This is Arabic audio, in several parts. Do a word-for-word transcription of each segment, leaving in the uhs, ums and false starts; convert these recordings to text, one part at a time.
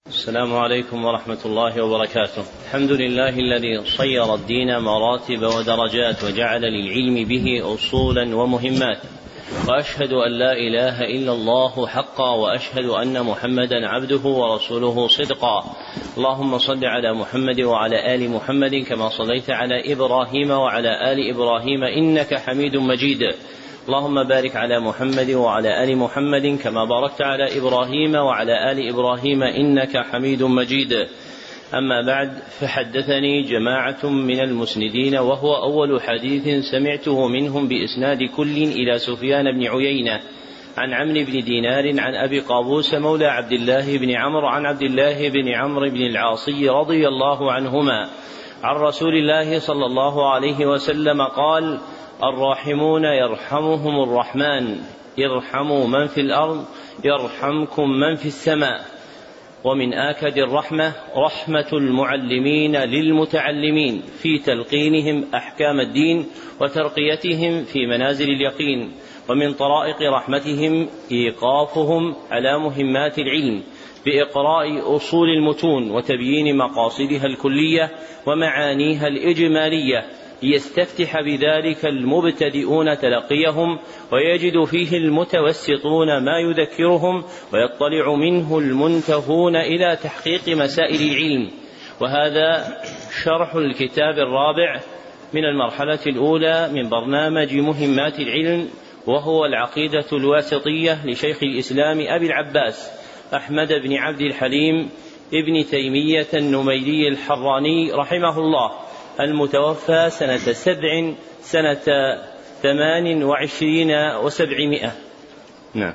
السلام عليكم ورحمة الله وبركاته. الحمد لله الذي صير الدين مراتب ودرجات وجعل للعلم به أصولا ومهمات، وأشهد أن لا إله إلا الله حقا، وأشهد أن محمدا عبده ورسوله صدقا. اللهم صل على محمد وعلى آل محمد كما صليت على إبراهيم وعلى آل إبراهيم إنك حميد مجيد. اللهم بارك على محمد وعلى آل محمد كما باركت على إبراهيم وعلى آل إبراهيم إنك حميد مجيد. أما بعد، فحدثني جماعة من المسندين، وهو أول حديث سمعته منهم بإسناد كل إلى سفيان بن عيينة عن عمرو بن دينار عن أبي قابوس مولى عبد الله بن عمرو عن عبد الله بن عمرو بن العاصي رضي الله عنهما عن رسول الله صلى الله عليه وسلم قال: الراحمون يرحمهم الرحمن، ارحموا من في الأرض يرحمكم من في السماء. ومن آكد الرحمة رحمة المعلمين للمتعلمين في تلقينهم أحكام الدين وترقيتهم في منازل اليقين. ومن طرائق رحمتهم إيقافهم على مهمات العلم بإقراء أصول المتون وتبيين مقاصدها الكلية ومعانيها الإجمالية، ليستفتح بذلك المبتدئون تلقيهم، ويجد فيه المتوسطون ما يذكرهم، ويطلع منه المنتهون إلى تحقيق مسائل العلم. وهذا شرح الكتاب الرابع من المرحلة الأولى من برنامج مهمات العلم، وهو العقيدة الواسطية لشيخ الإسلام أبي العباس أحمد بن عبد الحليم ابن تيمية النميري الحراني رحمه الله، المتوفى سنة سبع سنة ثمان وعشرين وسبعمائة. نعم.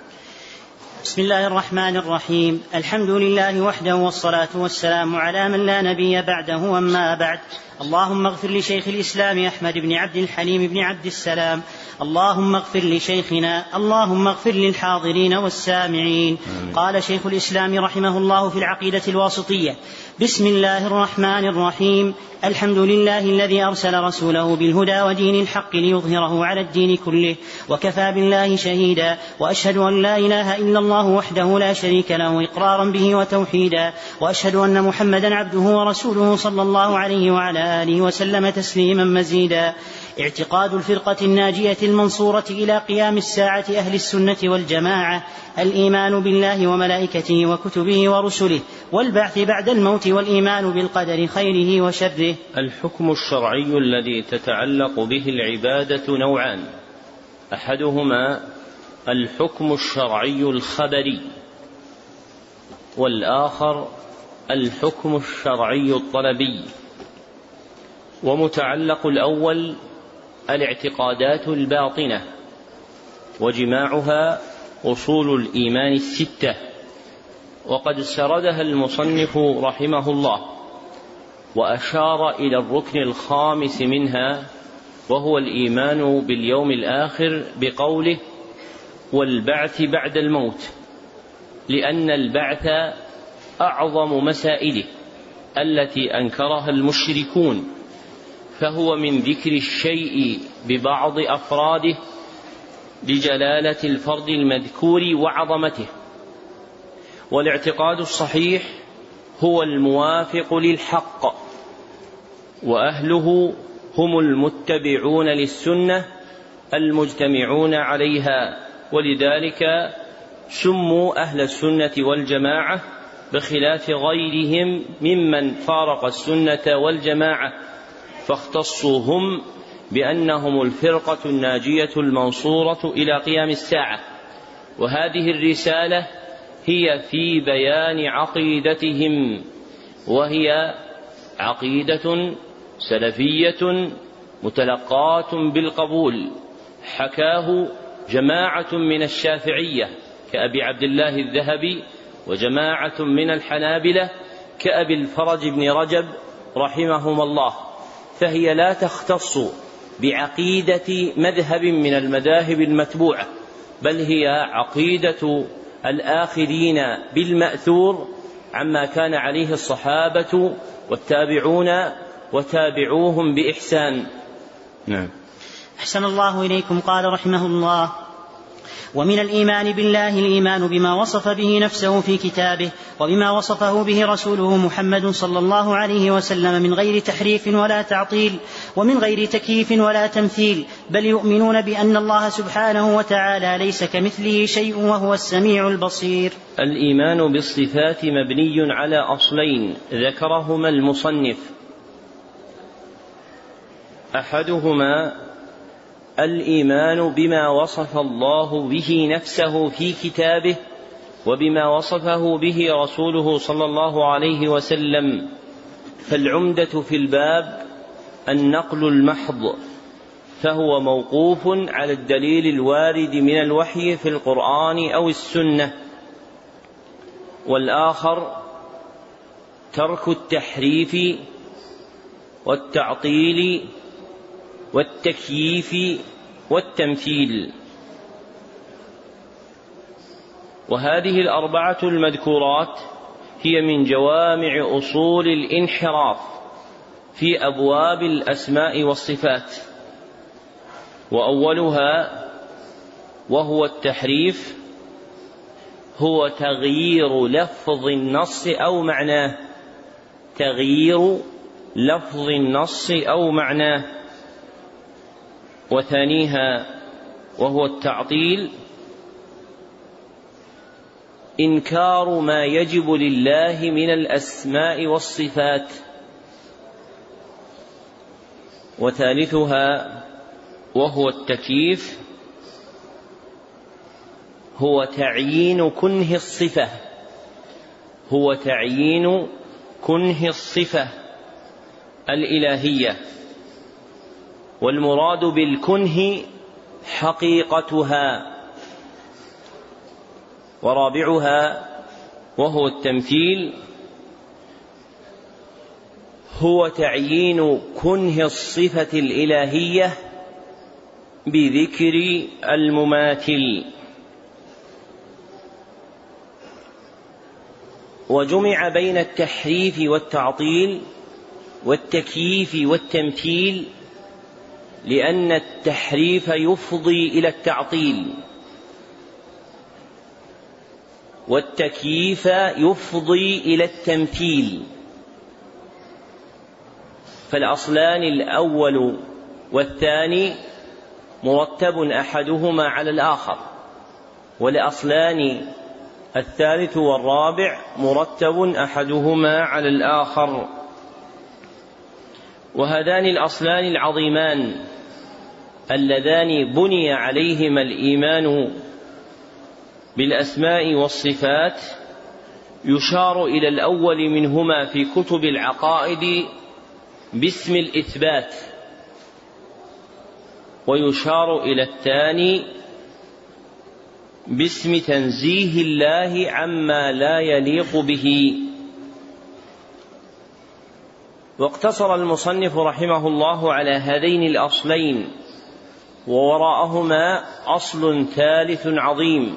بسم الله الرحمن الرحيم. الحمد لله وحده، والصلاة والسلام على من لا نبي بعده. أما بعد، اللهم اغفر لشيخ الإسلام أحمد بن عبد الحليم بن عبد السلام، اللهم اغفر لشيخنا، اللهم اغفر للحاضرين والسامعين. قال شيخ الإسلام رحمه الله في العقيدة الواسطية: بسم الله الرحمن الرحيم. الحمد لله الذي أرسل رسوله بالهدى ودين الحق ليظهره على الدين كله، وكفى بالله شهيدا. وأشهد أن لا إله إلا الله وحده لا شريك له إقرارا به وتوحيدا، وأشهد أن محمدا عبده ورسوله صلى الله عليه وعلى آله وسلم تسليما مزيدا. اعتقاد الفرقة الناجية المنصورة إلى قيام الساعة أهل السنة والجماعة الإيمان بالله وملائكته وكتبه ورسله، والبعث بعد الموت، والإيمان بالقدر خيره وشره. الحكم الشرعي الذي تتعلق به العبادة نوعان: أحدهما الحكم الشرعي الخبري، والآخر الحكم الشرعي الطلبي. ومتعلق الأول الاعتقادات الباطنة، وجماعها أصول الإيمان الستة، وقد سردها المصنف رحمه الله، وأشار إلى الركن الخامس منها، وهو الإيمان باليوم الآخر بقوله: والبعث بعد الموت، لأن البعث أعظم مسائله التي أنكرها المشركون، فهو من ذكر الشيء ببعض أفراده لجلالة الفرد المذكور وعظمته. والاعتقاد الصحيح هو الموافق للحق، وأهله هم المتبعون للسنة المجتمعون عليها، ولذلك سموا أهل السنة والجماعة، بخلاف غيرهم ممن فارق السنة والجماعة، فاختصوا هم بأنهم الفرقة الناجية المنصورة إلى قيام الساعة. وهذه الرسالة هي في بيان عقيدتهم، وهي عقيدة سلفية متلقاة بالقبول، حكاه جماعة من الشافعية كأبي عبد الله الذهبي، وجماعة من الحنابلة كأبي الفرج بن رجب رحمهم الله. فهي لا تختص بعقيدة مذهب من المذاهب المتبوعة، بل هي عقيدة الآخذين بالمأثور عما كان عليه الصحابة والتابعون وتابعوهم بإحسان. نعم. أحسن الله إليكم. قال رحمه الله: ومن الإيمان بالله الإيمان بما وصف به نفسه في كتابه وبما وصفه به رسوله محمد صلى الله عليه وسلم من غير تحريف ولا تعطيل ومن غير تكييف ولا تمثيل، بل يؤمنون بأن الله سبحانه وتعالى ليس كمثله شيء وهو السميع البصير. الإيمان بالصفات مبني على أصلين ذكرهما المصنف، أحدهما الإيمان بما وصف الله به نفسه في كتابه وبما وصفه به رسوله صلى الله عليه وسلم، فالعمدة في الباب النقل المحض، فهو موقوف على الدليل الوارد من الوحي في القرآن أو السنة، والآخر ترك التحريف والتعطيل والتكييف والتمثيل. وهذه الأربعة المذكورات هي من جوامع أصول الانحراف في أبواب الأسماء والصفات، وأولها وهو التحريف هو تغيير لفظ النص أو معناه، تغيير لفظ النص أو معناه. وثانيها وهو التعطيل إنكار ما يجب لله من الأسماء والصفات. وثالثها وهو التكييف هو تعيين كنه الصفة، هو تعيين كنه الصفة الإلهية، والمراد بالكنه حقيقتها. ورابعها وهو التمثيل هو تعيين كنه الصفة الإلهية بذكر المماثل. وجمع بين التحريف والتعطيل والتكييف والتمثيل لأن التحريف يفضي إلى التعطيل والتكييف يفضي إلى التمثيل، فالأصلان الأول والثاني مرتب أحدهما على الآخر، والأصلان الثالث والرابع مرتب أحدهما على الآخر. وهذان الأصلان العظيمان اللذان بني عليهما الإيمان بالأسماء والصفات يشار إلى الأول منهما في كتب العقائد باسم الإثبات، ويشار إلى الثاني باسم تنزيه الله عما لا يليق به. واقتصر المصنف رحمه الله على هذين الأصلين، ووراءهما أصل ثالث عظيم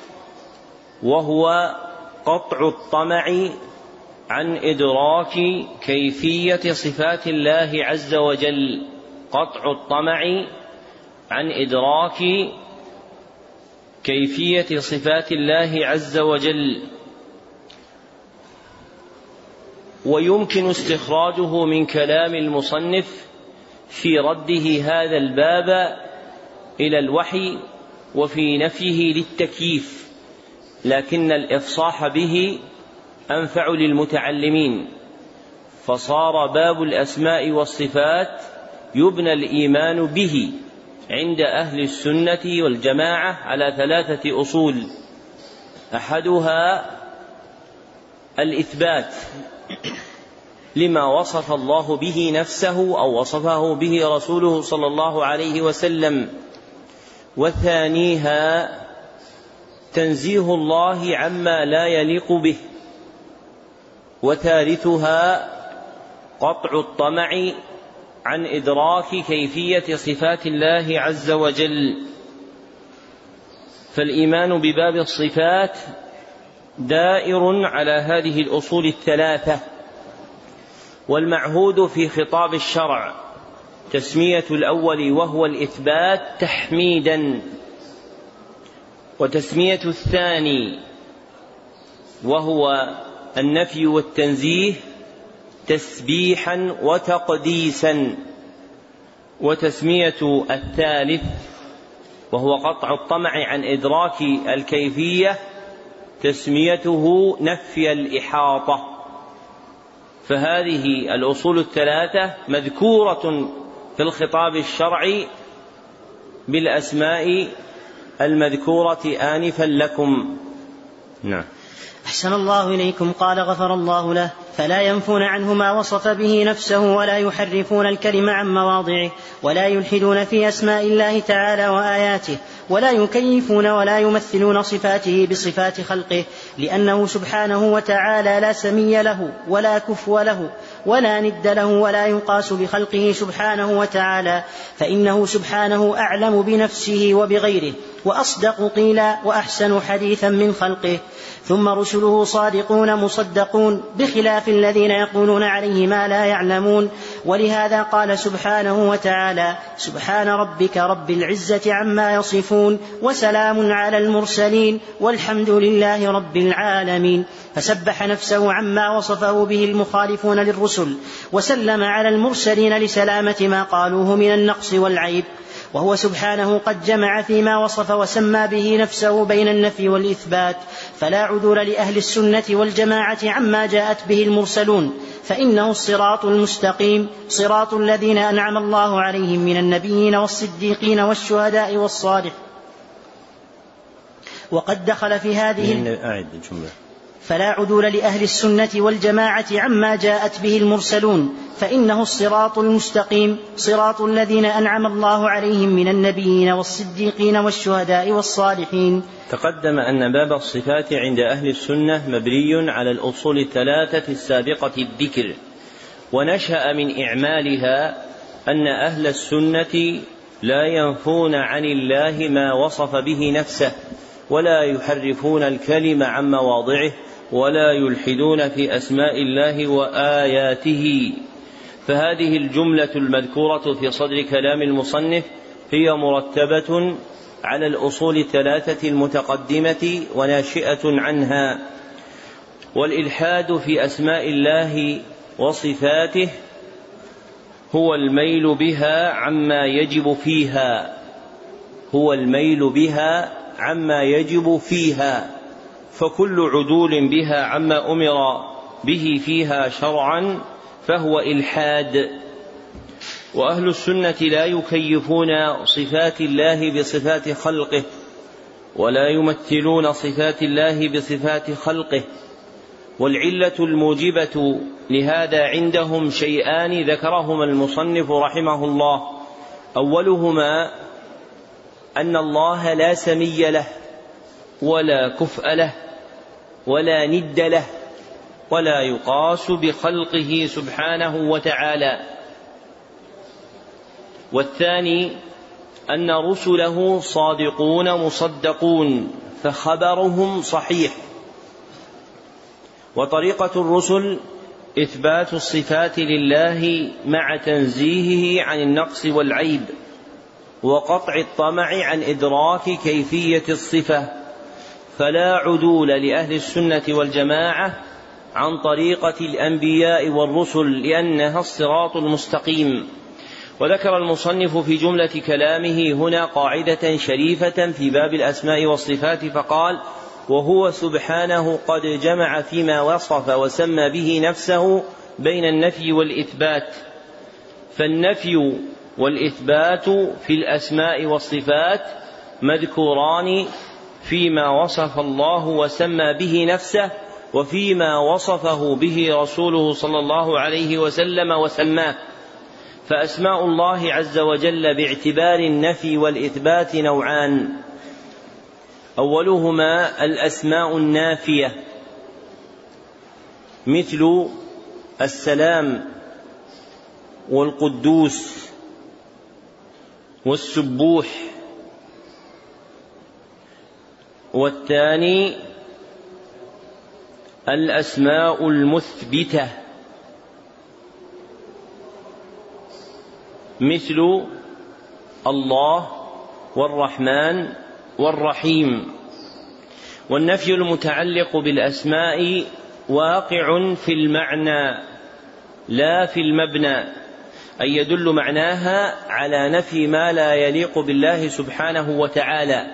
وهو قطع الطمع عن إدراك كيفية صفات الله عز وجل، قطع الطمع عن إدراك كيفية صفات الله عز وجل. ويمكن استخراجه من كلام المصنف في رده هذا الباب إلى الوحي وفي نفيه للتكييف، لكن الإفصاح به أنفع للمتعلمين، فصار باب الأسماء والصفات يبنى الإيمان به عند أهل السنة والجماعة على ثلاثة أصول، أحدها الإثبات لما وصف الله به نفسه أو وصفه به رسوله صلى الله عليه وسلم، وثانيها تنزيه الله عما لا يليق به، وثالثها قطع الطمع عن إدراك كيفية صفات الله عز وجل. فالإيمان بباب الصفات دائر على هذه الأصول الثلاثة، والمعهود في خطاب الشرع تسمية الأول وهو الإثبات تحميدا، وتسمية الثاني وهو النفي والتنزيه تسبيحا وتقديسا، وتسمية الثالث وهو قطع الطمع عن إدراك الكيفية تسميته نفي الإحاطة. فهذه الأصول الثلاثة مذكورة في الخطاب الشرعي بالأسماء المذكورة آنفا لكم. نعم. أحسن الله إليكم. قال غفر الله له: فلا ينفون عنه ما وصف به نفسه ولا يحرفون الكلم عن مواضعه ولا يلحدون في أسماء الله تعالى وآياته ولا يكيفون ولا يمثلون صفاته بصفات خلقه، لأنه سبحانه وتعالى لا سمي له ولا كفو له ولا ند له ولا يقاس بخلقه سبحانه وتعالى، فإنه سبحانه أعلم بنفسه وبغيره وأصدق قيلا وأحسن حديثا من خلقه. ثم رسله صادقون مصدقون بخلاف الذين يقولون عليه ما لا يعلمون. ولهذا قال سبحانه وتعالى: سبحان ربك رب العزة عما يصفون وسلام على المرسلين والحمد لله رب العالمين. فسبح نفسه عما وصفه به المخالفون للرسل، وسلم على المرسلين لسلامة ما قالوه من النقص والعيب. وهو سبحانه قد جمع فيما وصف وسمى به نفسه بين النفي والإثبات، فلا عدول لأهل السنة والجماعة عما جاءت به المرسلون، فإنه الصراط المستقيم، صراط الذين أنعم الله عليهم من النبيين والصديقين والشهداء والصالحين. وقد دخل في هذه فلا عدول لأهل السنة والجماعة عما جاءت به المرسلون، فإنه الصراط المستقيم، صراط الذين أنعم الله عليهم من النبيين والصديقين والشهداء والصالحين. تقدم أن باب الصفات عند أهل السنة مبني على الأصول الثلاثة السابقة الذكر، ونشأ من إعمالها أن أهل السنة لا ينفون عن الله ما وصف به نفسه، ولا يحرفون الكلم عن مواضعه، ولا يلحدون في أسماء الله وآياته. فهذه الجملة المذكورة في صدر كلام المصنف هي مرتبة على الأصول الثلاثة المتقدمة وناشئة عنها. والإلحاد في أسماء الله وصفاته هو الميل بها عما يجب فيها هو الميل بها عما يجب فيها فكل عدول بها عما أمر به فيها شرعا فهو إلحاد. وأهل السنة لا يكيفون صفات الله بصفات خلقه، ولا يمثلون صفات الله بصفات خلقه. والعلة الموجبة لهذا عندهم شيئان ذكرهما المصنف رحمه الله: أولهما أن الله لا سمي له ولا كفء له ولا ند له ولا يقاس بخلقه سبحانه وتعالى. والثاني أن رسله صادقون مصدقون فخبرهم صحيح. وطريقة الرسل إثبات الصفات لله مع تنزيهه عن النقص والعيب، وقطع الطمع عن إدراك كيفية الصفة. فلا عدول لأهل السنة والجماعة عن طريقة الأنبياء والرسل، لأنها الصراط المستقيم. وذكر المصنف في جملة كلامه هنا قاعدة شريفة في باب الأسماء والصفات فقال: وهو سبحانه قد جمع فيما وصف وسمى به نفسه بين النفي والإثبات. فالنفي والإثبات في الأسماء والصفات مذكوران فيما وصف الله وسمى به نفسه، وفيما وصفه به رسوله صلى الله عليه وسلم وسماه. فأسماء الله عز وجل باعتبار النفي والإثبات نوعان: أولهما الأسماء النافية مثل السلام والقدوس والسبوح. والثاني الأسماء المثبتة مثل الله والرحمن والرحيم. والنفي المتعلق بالأسماء واقع في المعنى لا في المبنى، أي يدل معناها على نفي ما لا يليق بالله سبحانه وتعالى.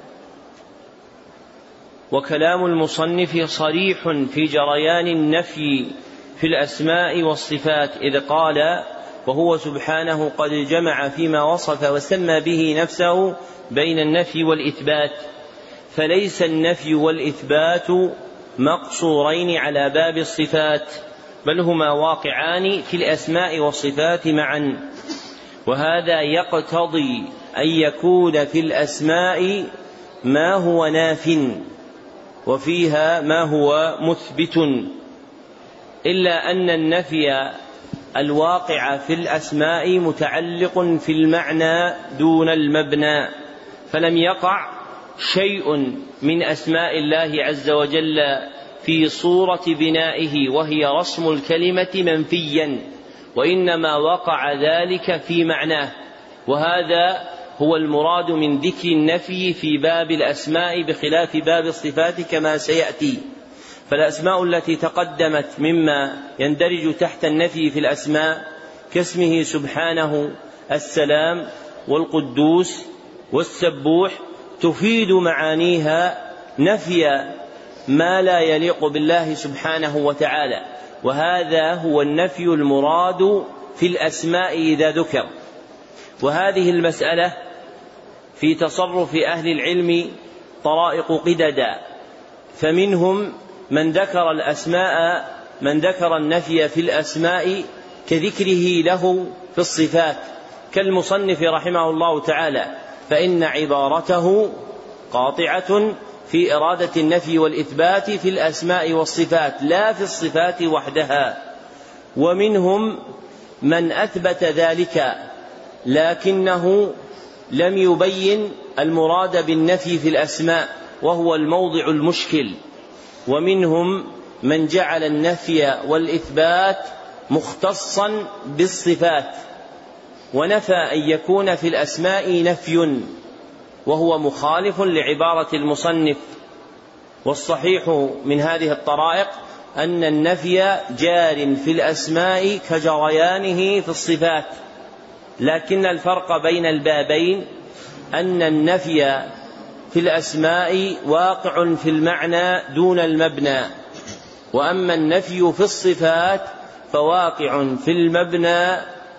وكلام المصنف صريح في جريان النفي في الأسماء والصفات، إذ قال: وهو سبحانه قد جمع فيما وصف وسمى به نفسه بين النفي والإثبات، فليس النفي والإثبات مقصورين على باب الصفات، بل هما واقعان في الأسماء والصفات معا. وهذا يقتضي أن يكون في الأسماء ما هو ناف وفيها ما هو مثبت، إلا أن النفي الواقع في الأسماء متعلق في المعنى دون المبنى، فلم يقع شيء من أسماء الله عز وجل في صورة بنائه وهي رسم الكلمة منفيا، وإنما وقع ذلك في معناه. وهذا هو المراد من ذكر النفي في باب الأسماء بخلاف باب الصفات كما سيأتي. فالأسماء التي تقدمت مما يندرج تحت النفي في الأسماء كاسمه سبحانه السلام والقدوس والسبوح تفيد معانيها نفي ما لا يليق بالله سبحانه وتعالى، وهذا هو النفي المراد في الأسماء إذا ذكر. وهذه المسألة في تصرف أهل العلم طرائق قددا، فمنهم من ذكر الأسماء من ذكر النفي في الأسماء كذكره له في الصفات كالمصنف رحمه الله تعالى، فإن عبارته قاطعة في إرادة النفي والإثبات في الأسماء والصفات لا في الصفات وحدها. ومنهم من أثبت ذلك لكنه لم يبين المراد بالنفي في الأسماء وهو الموضع المشكل. ومنهم من جعل النفي والإثبات مختصا بالصفات ونفى أن يكون في الأسماء نفي، وهو مخالف لعبارة المصنف. والصحيح من هذه الطرائق أن النفي جار في الأسماء كجريانه في الصفات، لكن الفرق بين البابين أن النفي في الأسماء واقع في المعنى دون المبنى، وأما النفي في الصفات فواقع في المبنى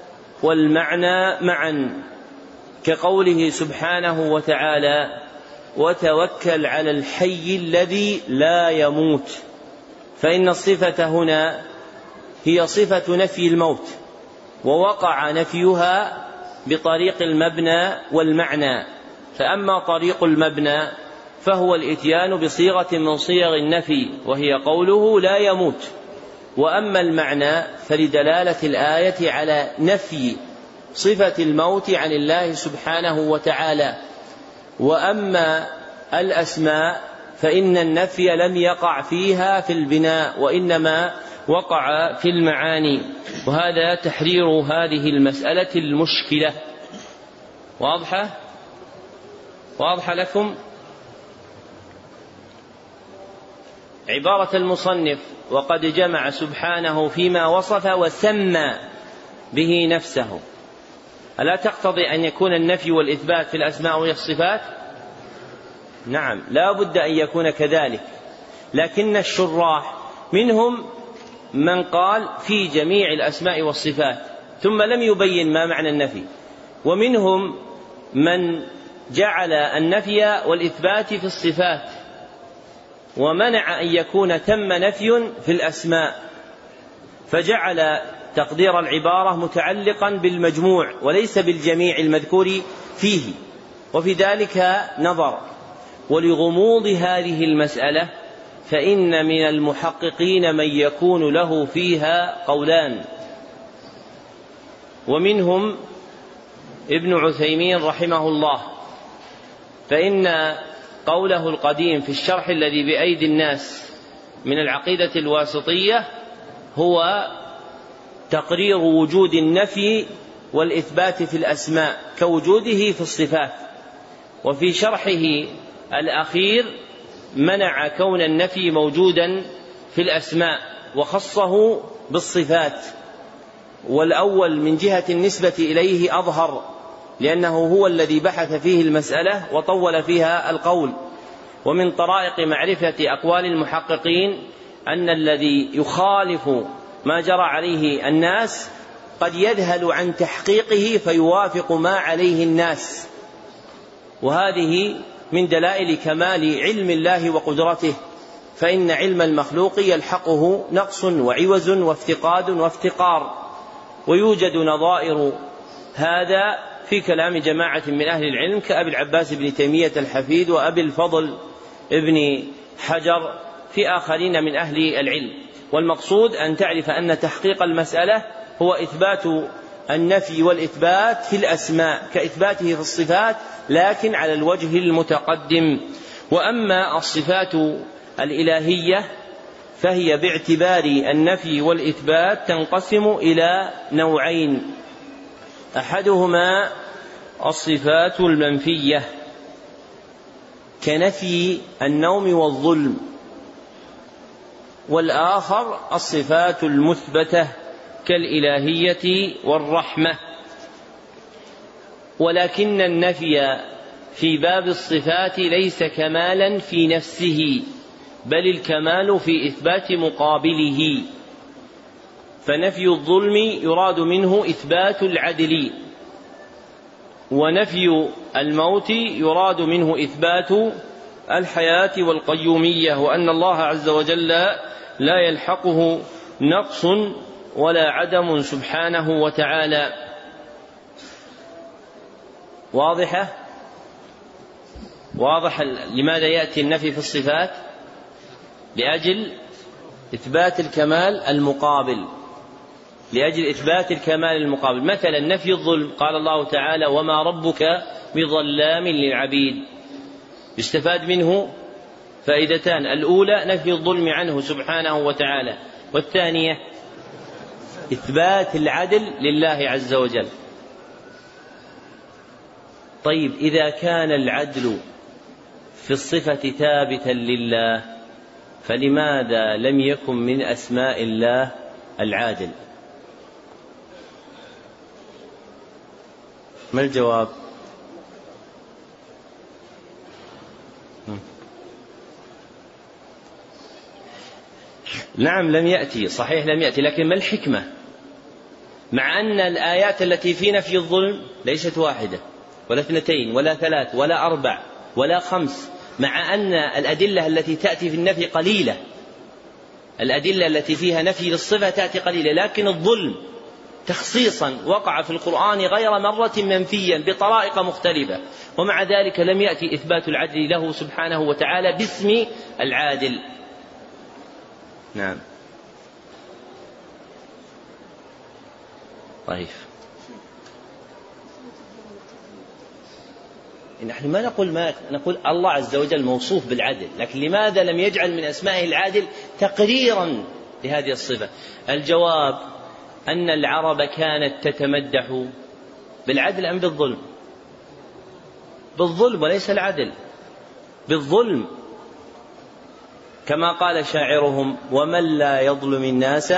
والمعنى معا، كقوله سبحانه وتعالى: وتوكل على الحي الذي لا يموت. فإن الصفة هنا هي صفة نفي الموت، ووقع نفيها بطريق المبنى والمعنى. فأما طريق المبنى فهو الإتيان بصيغة من صيغ النفي وهي قوله لا يموت، وأما المعنى فلدلالة الآية على نفي صفة الموت عن الله سبحانه وتعالى. وأما الأسماء فإن النفي لم يقع فيها في البناء وإنما وقع في المعاني، وهذا تحرير هذه المسألة المشكلة. واضحة؟ واضحة لكم؟ عبارة المصنف وقد جمع سبحانه فيما وصف وسمى به نفسه، ألا تقتضي أن يكون النفي والإثبات في الأسماء والصفات؟ نعم، لا بد أن يكون كذلك، لكن الشراح منهم من قال في جميع الأسماء والصفات ثم لم يبين ما معنى النفي، ومنهم من جعل النفي والإثبات في الصفات ومنع أن يكون تم نفي في الأسماء، فجعل تقدير العبارة متعلقا بالمجموع وليس بالجميع المذكور فيه، وفي ذلك نظر. ولغموض هذه المسألة فإن من المحققين من يكون له فيها قولان، ومنهم ابن عثيمين رحمه الله، فإن قوله القديم في الشرح الذي بأيدي الناس من العقيدة الواسطية هو تقرير وجود النفي والإثبات في الأسماء كوجوده في الصفات. وفي شرحه الأخير منع كون النفي موجودا في الأسماء وخصه بالصفات، والأول من جهة النسبة إليه أظهر، لأنه هو الذي بحث فيه المسألة وطول فيها القول. ومن طرائق معرفة أقوال المحققين أن الذي يخالف ما جرى عليه الناس قد يذهل عن تحقيقه فيوافق ما عليه الناس، وهذه من دلائل كمال علم الله وقدرته، فإن علم المخلوق يلحقه نقص وعوز وافتقاد وافتقار، ويوجد نظائر هذا في كلام جماعة من أهل العلم كأبي العباس بن تيمية الحفيد وأبي الفضل ابن حجر في آخرين من أهل العلم. والمقصود أن تعرف أن تحقيق المسألة هو إثبات النفي والإثبات في الأسماء كإثباته في الصفات، لكن على الوجه المتقدم. وأما الصفات الإلهية فهي باعتبار النفي والإثبات تنقسم إلى نوعين: أحدهما الصفات المنفية كنفي النوم والظلم، والآخر الصفات المثبتة كالإلهية والرحمة. ولكن النفي في باب الصفات ليس كمالا في نفسه، بل الكمال في إثبات مقابله. فنفي الظلم يراد منه إثبات العدل، ونفي الموت يراد منه إثبات الحياة والقيومية، وأن الله عز وجل لا يلحقه نقص ولا عدم سبحانه وتعالى. واضحة؟ واضح لماذا يأتي النفي في الصفات؟ لأجل إثبات الكمال المقابل، لأجل إثبات الكمال المقابل. مثلا نفي الظلم، قال الله تعالى: وما ربك بظلام للعبيد. يستفاد منه فائدتان: الأولى نفي الظلم عنه سبحانه وتعالى، والثانية إثبات العدل لله عز وجل. طيب، إذا كان العدل في الصفة ثابتا لله، فلماذا لم يكن من أسماء الله العادل؟ ما الجواب؟ نعم لم يأتي، صحيح لم يأتي، لكن ما الحكمة؟ مع أن الآيات التي في نفي الظلم ليست واحدة ولا اثنتين ولا ثلاث ولا أربع ولا خمس، مع أن الأدلة التي تأتي في النفي قليلة، الأدلة التي فيها نفي للصفة تأتي قليلة، لكن الظلم تخصيصا وقع في القرآن غير مرة منفيا بطرائق مختلفة، ومع ذلك لم يأتي إثبات العدل له سبحانه وتعالى باسم العادل. نعم. طيب، نحن ما نقول ما نقول الله عز وجل موصوف بالعدل، لكن لماذا لم يجعل من أسمائه العادل تقريرا لهذه الصفة؟ الجواب أن العرب كانت تتمدح بالعدل أم بالظلم؟ بالظلم وليس العدل، بالظلم، كما قال شاعرهم: ومن لا يظلم الناس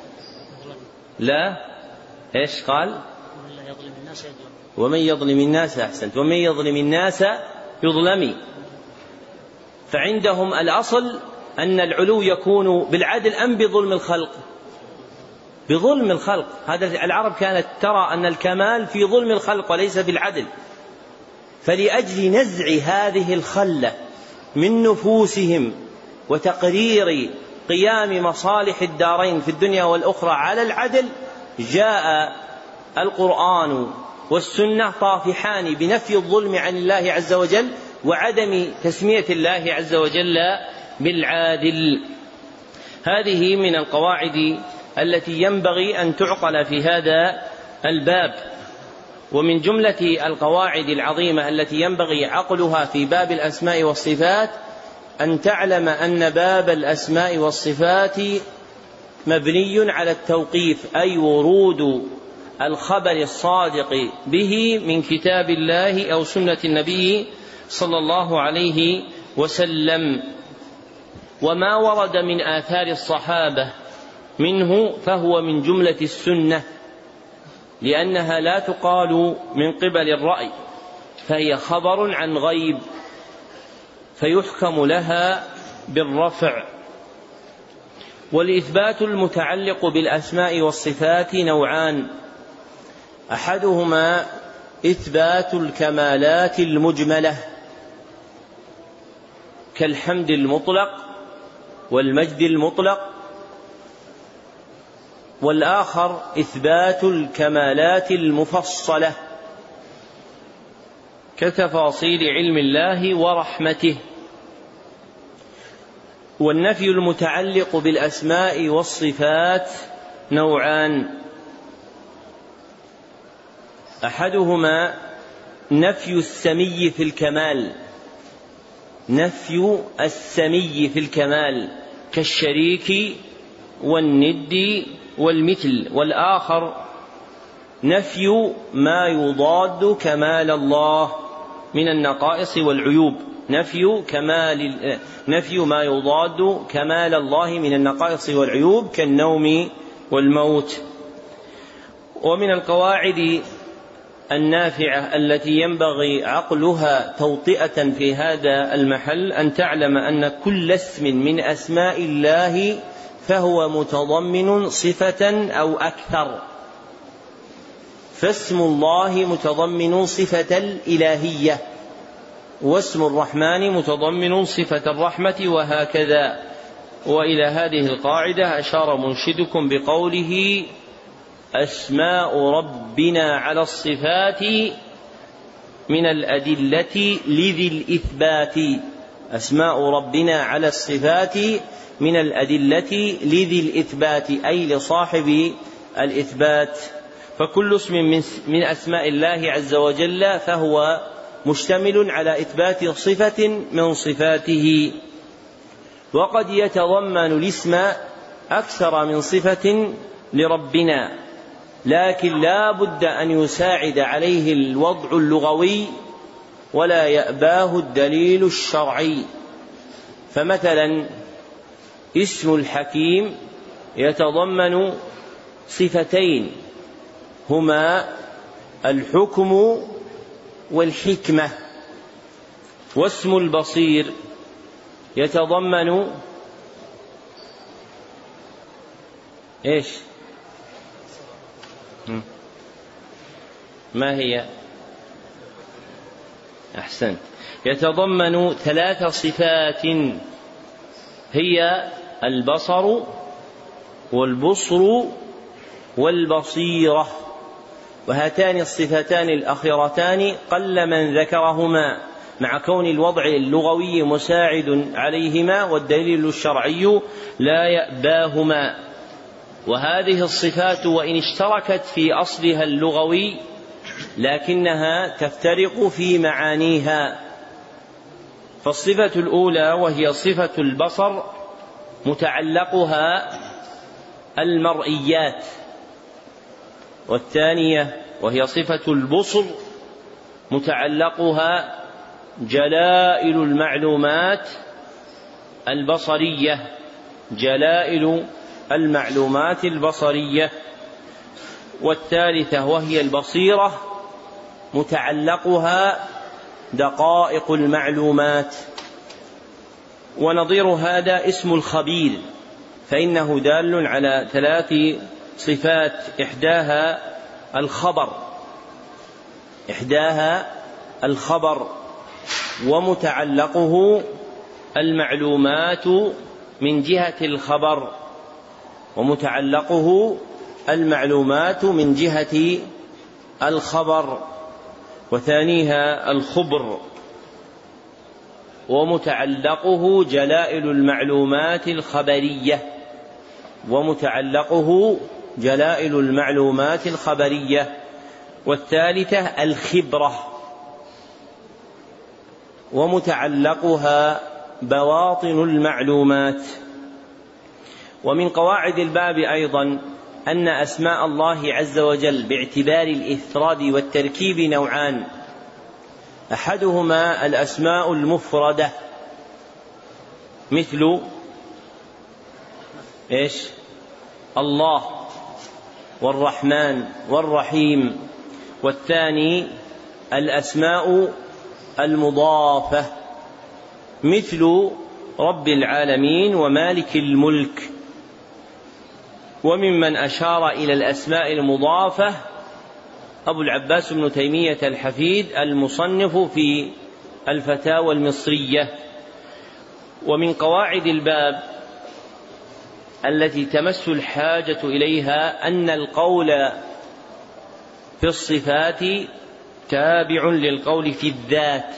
لا إيش قال؟ ومن يظلم الناس أحسنت، ومن يظلم الناس يظلم. فعندهم الأصل أن العلو يكون بالعدل أم بظلم الخلق؟ بظلم الخلق. هذا العرب كانت ترى أن الكمال في ظلم الخلق وليس بالعدل، فلأجل نزع هذه الخلة من نفوسهم وتقرير قيام مصالح الدارين في الدنيا والأخرى على العدل، جاء القرآن والسنة طافحان بنفي الظلم عن الله عز وجل وعدم تسمية الله عز وجل بالعادل. هذه من القواعد التي ينبغي أن تعقل في هذا الباب. ومن جملة القواعد العظيمة التي ينبغي عقلها في باب الأسماء والصفات أن تعلم أن باب الأسماء والصفات مبني على التوقيف، أي ورود الخبر الصادق به من كتاب الله أو سنة النبي صلى الله عليه وسلم. وما ورد من آثار الصحابة منه فهو من جملة السنة، لأنها لا تقال من قبل الرأي، فهي خبر عن غيب فيحكم لها بالرفع. والإثبات المتعلق بالأسماء والصفات نوعان: أحدهما إثبات الكمالات المجملة كالحمد المطلق والمجد المطلق، والآخر إثبات الكمالات المفصلة كتفاصيل علم الله ورحمته. والنفي المتعلق بالأسماء والصفات نوعان: أحدهما نفي السمي في الكمال نفي السمي في الكمال كالشريك والند والمثل، والآخر نفي ما يضاد كمال الله من النقائص والعيوب نفي كمال نفي ما يضاد كمال الله من النقائص والعيوب كالنوم والموت. ومن القواعد النافعة التي ينبغي عقلها توطئة في هذا المحل أن تعلم أن كل اسم من أسماء الله فهو متضمن صفة أو أكثر، فاسم الله متضمن صفة الإلهية، واسم الرحمن متضمن صفة الرحمة، وهكذا. وإلى هذه القاعدة أشار منشدكم بقوله: أسماء ربنا على الصفات من الأدلة لذي الإثبات أسماء ربنا على الصفات من الأدلة لذي الإثبات، أي لصاحب الإثبات. فكل اسم من أسماء الله عز وجل فهو مشتمل على إثبات صفة من صفاته، وقد يتضمن الاسم أكثر من صفة لربنا، لكن لا بد أن يساعد عليه الوضع اللغوي ولا يأباه الدليل الشرعي. فمثلا اسم الحكيم يتضمن صفتين هما الحكم والحكمة، واسم البصير يتضمن ايش؟ ما هي؟ أحسنت، يتضمن ثلاث صفات هي البصر والبصر والبصيرة، وهاتان الصفتان الأخيرتان قل من ذكرهما مع كون الوضع اللغوي مساعد عليهما والدليل الشرعي لا يأباهما. وهذه الصفات وإن اشتركت في أصلها اللغوي لكنها تفترق في معانيها. فالصفة الأولى وهي صفة البصر متعلقها المرئيات، والثانية وهي صفة البصر متعلقها جلائل المعلومات البصرية جلائل المعلومات البصرية والثالثة وهي البصيرة متعلقها دقائق المعلومات. ونظير هذا اسم الخبير، فإنه دال على ثلاث صفات، إحداها الخبر إحداها الخبر ومتعلقه المعلومات من جهة الخبر ومتعلقه المعلومات من جهة الخبر وثانيها الخبر ومتعلقه جلائل المعلومات الخبرية ومتعلقه جلائل المعلومات الخبرية والثالثة الخبرة ومتعلقها بواطن المعلومات. ومن قواعد الباب أيضا أن أسماء الله عز وجل باعتبار الإفراد والتركيب نوعان: أحدهما الأسماء المفردة مثل إيش؟ الله والرحمن والرحيم. والثاني الأسماء المضافة مثل رب العالمين ومالك الملك. وممن أشار إلى الأسماء المضافة أبو العباس بن تيمية الحفيد المصنف في الفتاوى المصرية. ومن قواعد الباب التي تمس الحاجة إليها أن القول في الصفات تابع للقول في الذات،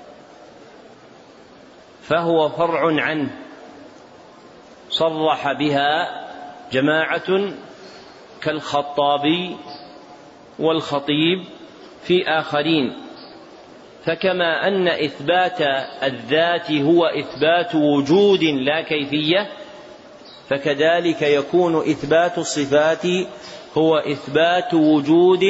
فهو فرع عنه، صرح بها جماعة كالخطابي والخطيب في آخرين. فكما أن إثبات الذات هو إثبات وجود لا كيفية، فكذلك يكون إثبات الصفات هو إثبات وجود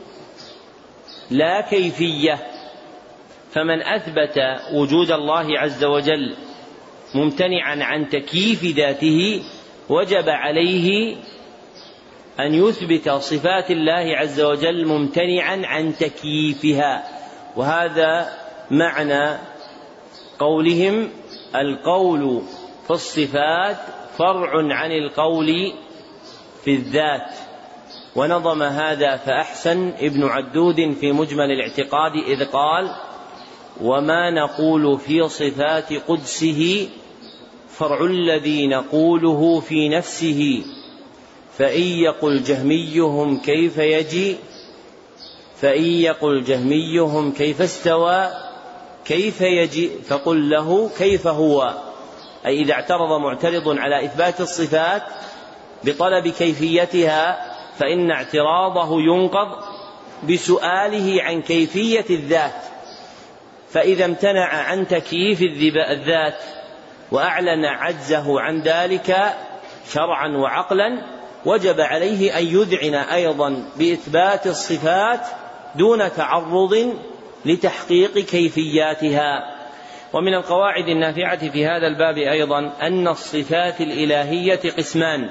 لا كيفية. فمن أثبت وجود الله عز وجل ممتنعا عن تكييف ذاته وجب عليه أن يثبت صفات الله عز وجل ممتنعا عن تكييفها. وهذا معنى قولهم القول في الصفات فرع عن القول في الذات. ونظم هذا فأحسن ابن عدود في مجمل الاعتقاد إذ قال: وما نقول في صفات قدسه فرع الذي نقوله في نفسه، فإن يقل جهميهم كيف يجي فإن يقل جهميهم كيف استوى كيف يجي فقل له كيف هو. أي إذا اعترض معترض على إثبات الصفات بطلب كيفيتها فإن اعتراضه ينقض بسؤاله عن كيفية الذات. فإذا امتنع عن تكييف الذات وأعلن عجزه عن ذلك شرعا وعقلا وجب عليه أن يذعن أيضا بإثبات الصفات دون تعرض لتحقيق كيفياتها. ومن القواعد النافعة في هذا الباب أيضا أن الصفات الإلهية قسمان: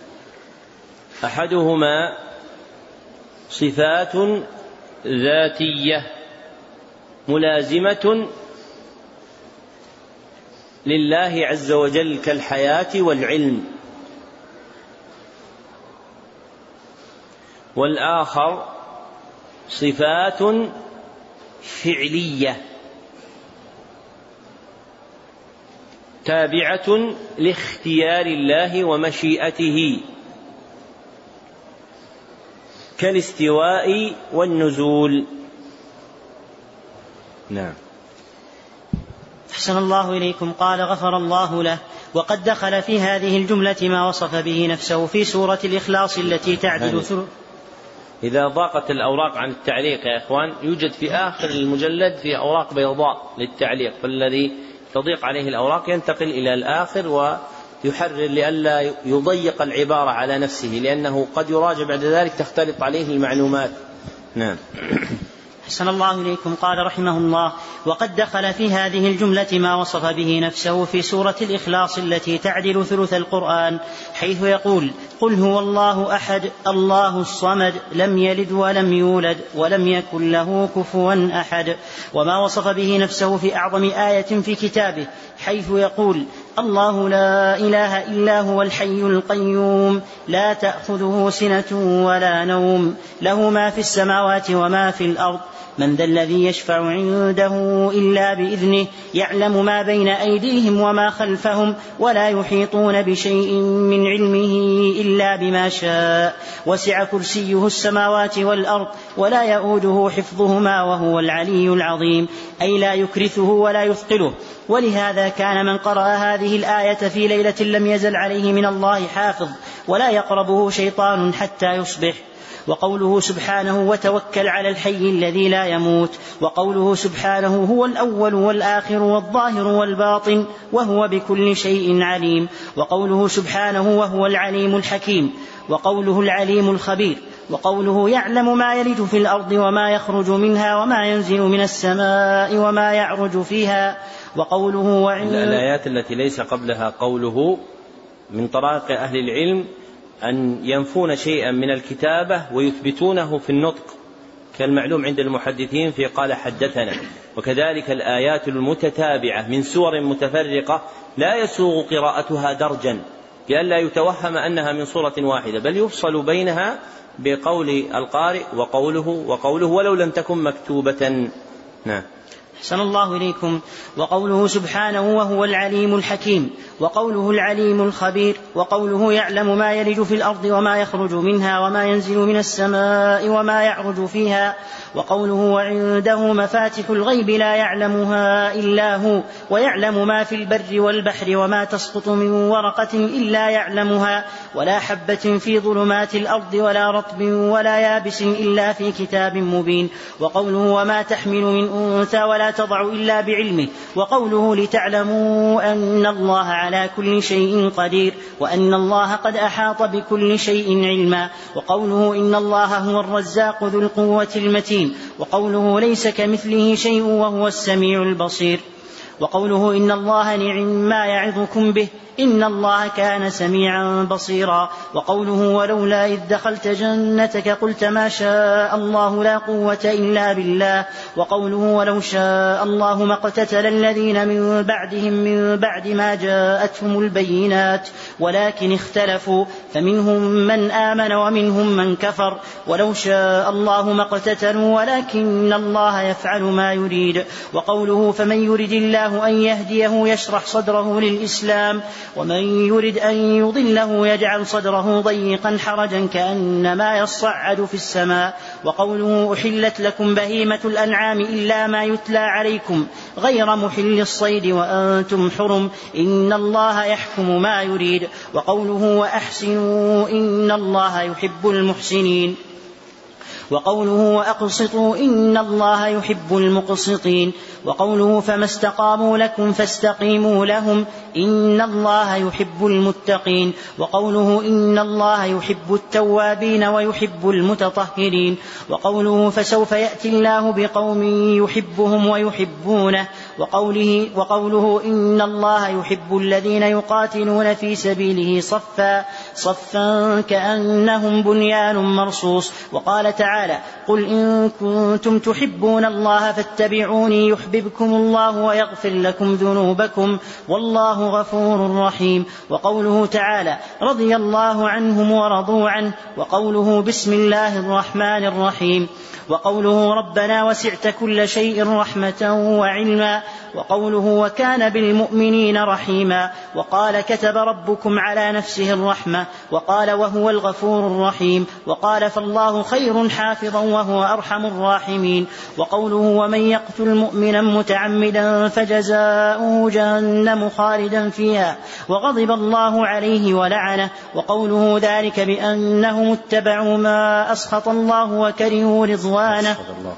أحدهما صفات ذاتية ملازمة لله عز وجل كالحياة والعلم، والآخر صفات فعلية تابعة لاختيار الله ومشيئته كالاستواء والنزول. نعم. أحسن الله إليكم. قال غفر الله له: وقد دخل في هذه الجملة ما وصف به نفسه في سورة الإخلاص التي تعدل ثلث. إذا ضاقت الأوراق عن التعليق يا إخوان يوجد في آخر المجلد في أوراق بيضاء للتعليق، فالذي تضيق عليه الأوراق ينتقل إلى الآخر ويحرر لئلا يضيق العبارة على نفسه، لأنه قد يراجع بعد ذلك تختلط عليه المعلومات. نعم. أحسن الله إليكم. قال رحمه الله: وقد دخل في هذه الجملة ما وصف به نفسه في سورة الإخلاص التي تعدل ثلث القرآن، حيث يقول: قل هو الله أحد الله الصمد لم يلد ولم يولد ولم يكن له كفوا أحد. وما وصف به نفسه في أعظم آية في كتابه، حيث يقول: الله لا إله إلا هو الحي القيوم لا تأخذه سنة ولا نوم له ما في السماوات وما في الأرض من ذا الذي يشفع عنده إلا بإذنه يعلم ما بين أيديهم وما خلفهم ولا يحيطون بشيء من علمه إلا بما شاء وسع كرسيه السماوات والأرض ولا يؤوده حفظهما وهو العلي العظيم. أي لا يكرثه ولا يثقله. ولهذا كان من قرأ هذه الآية في ليلة لم يزل عليه من الله حافظ ولا يقربه شيطان حتى يصبح. وقوله سبحانه: وتوكل على الحي الذي لا يموت. وقوله سبحانه: هو الأول والآخر والظاهر والباطن وهو بكل شيء عليم. وقوله سبحانه: وهو العليم الحكيم. وقوله العليم الخبير. وقوله: يعلم ما يلج في الأرض وما يخرج منها وما ينزل من السماء وما يعرج فيها. وقوله وعند الآيات التي ليس قبلها قوله من طرائق أهل العلم أن ينفون شيئا من الكتابة ويثبتونه في النطق، كالمعلوم عند المحدثين في قال حدثنا. وكذلك الآيات المتتابعة من سور متفرقة لا يسوغ قراءتها درجا لئلا يتوهم أنها من سورة واحدة، بل يفصل بينها بقول القارئ وقوله وقوله ولو لم تكن مكتوبة. نعم. أحسن الله إليكم. وقوله سبحانه وهو العليم الحكيم، وقوله العليم الخبير، وقوله يعلم ما يلج في الأرض وما يخرج منها وما ينزل من السماء وما يعرج فيها، وقوله وعنده مفاتح الغيب لا يعلمها إلا هو، ويعلم ما في البر والبحر وما تسقط من ورقة إلا يعلمها، ولا حبة في ظلمات الأرض ولا رطب ولا يابس إلا في كتاب مبين، وقوله وما تحمل من أنثى ولا تضع إلا بعلمه، وقوله لتعلموا أن الله على كل شيء قدير وأن الله قد أحاط بكل شيء علما، وقوله إن الله هو الرزاق ذو القوة المتين، وقوله ليس كمثله شيء وهو السميع البصير، وقوله إن الله نعم ما يعظكم به إن الله كان سميعا بصيرا، وقوله ولولا إذ دخلت جنتك قلت ما شاء الله لا قوة إلا بالله، وقوله ولو شاء الله ما اقتتل الذين من بعدهم من بعد ما جاءتهم البينات ولكن اختلفوا فمنهم من آمن ومنهم من كفر، ولو شاء الله ما اقتتلوا ولكن الله يفعل ما يريد، وقوله فمن يرد الله أن يهديه يشرح صدره للإسلام ومن يرد أن يضله يجعل صدره ضيقا حرجا كأنما يصعد في السماء، وقوله أحلت لكم بهيمة الأنعام إلا ما يتلى عليكم غير محل الصيد وأنتم حرم إن الله يحكم ما يريد، وقوله وأحسنوا إن الله يحب المحسنين، وقوله وأقسطوا إن الله يحب المقسطين، وقوله فما استقاموا لكم فاستقيموا لهم إن الله يحب المتقين، وقوله إن الله يحب التوابين ويحب المتطهرين، وقوله فسوف يأتي الله بقوم يحبهم ويحبونه، وقوله, وقوله إن الله يحب الذين يقاتلون في سبيله صفا صفا كأنهم بنيان مرصوص، وقال تعالى قل إن كنتم تحبون الله فاتبعوني يحببكم الله ويغفر لكم ذنوبكم والله غفور رحيم، وقوله تعالى رضي الله عنهم ورضوا عنه، وقوله بسم الله الرحمن الرحيم، وقوله ربنا وسعت كل شيء رحمة وعلما، وقوله وكان بالمؤمنين رحيما، وقال كتب ربكم على نفسه الرحمة، وقال وهو الغفور الرحيم، وقال فالله خير حافظا وهو أرحم الراحمين، وقوله ومن يقتل مؤمنا متعمدا فجزاؤه جهنم خالدا فيها وغضب الله عليه ولعنه، وقوله ذلك بأنهم اتبعوا ما أسخط الله وكرهوا رضوانه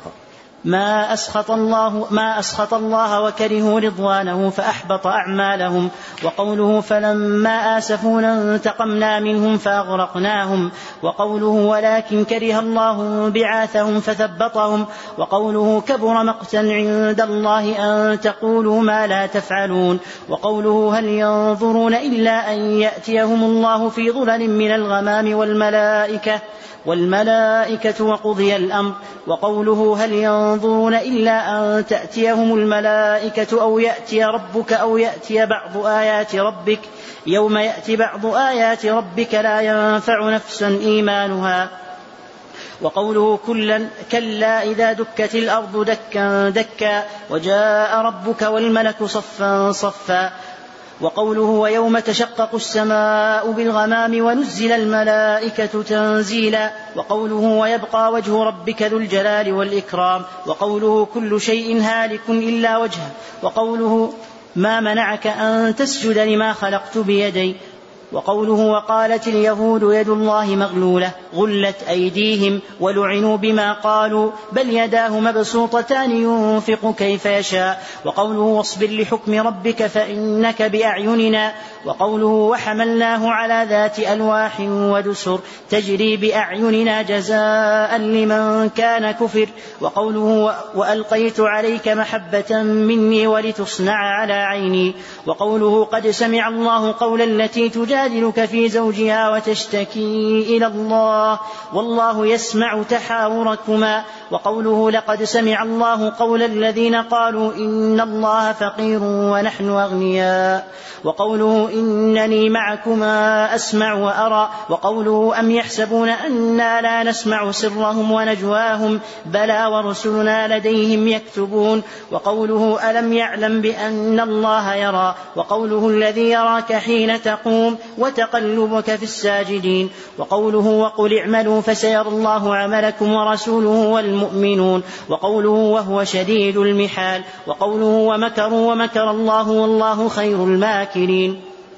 ما أسخط الله ما أسخط الله وكرهوا رضوانه فأحبط أعمالهم، وقوله فلما آسفونا انتقمنا منهم فأغرقناهم، وقوله ولكن كره الله بعاثهم فثبطهم، وقوله كبر مقتا عند الله أن تقولوا ما لا تفعلون، وقوله هل ينظرون إلا أن يأتيهم الله في ظلل من الغمام والملائكة والملائكة وقضي الأمر، وقوله هل ينظرون إلا أن تأتيهم الملائكة أو يأتي ربك أو يأتي بعض آيات ربك يوم يأتي بعض آيات ربك لا ينفع نفسا إيمانها، وقوله كلا كلا إذا دكت الأرض دكا دكا وجاء ربك والملك صفا صفا، وقوله ويوم تشقق السماء بالغمام ونزل الملائكة تنزيلا، وقوله ويبقى وجه ربك ذو الجلال والإكرام، وقوله كل شيء هالك إلا وجهه، وقوله ما منعك أن تسجد لما خلقت بيدي، وقوله وقالت اليهود يد الله مغلولة غلت أيديهم ولعنوا بما قالوا بل يداه مبسوطتان ينفق كيف يشاء، وقوله واصبر لحكم ربك فإنك بأعيننا، وقوله وحملناه على ذات ألواح ودسر تجري بأعيننا جزاء لمن كان كفر. وقوله وألقيت عليك محبة مني ولتصنع على عيني. وقوله قد سمع الله قول التي تجادلك في زوجها وتشتكي إلى الله والله يسمع تحاوركما. وقوله لقد سمع الله قول الذين قالوا إن الله فقير ونحن أغنياء. وقوله إنني معكما أسمع وأرى. وقوله أم يحسبون أنا لا نسمع سرهم ونجواهم بلى ورسلنا لديهم يكتبون. وقوله ألم يعلم بأن الله يرى. وقوله الذي يراك حين تقوم وتقلبك في الساجدين. وقوله وقل اعملوا فسيرى الله عملكم ورسوله والمؤمنون. وقوله وهو شديد المحال. وقوله ومكروا ومكر الله والله خير الماكرين.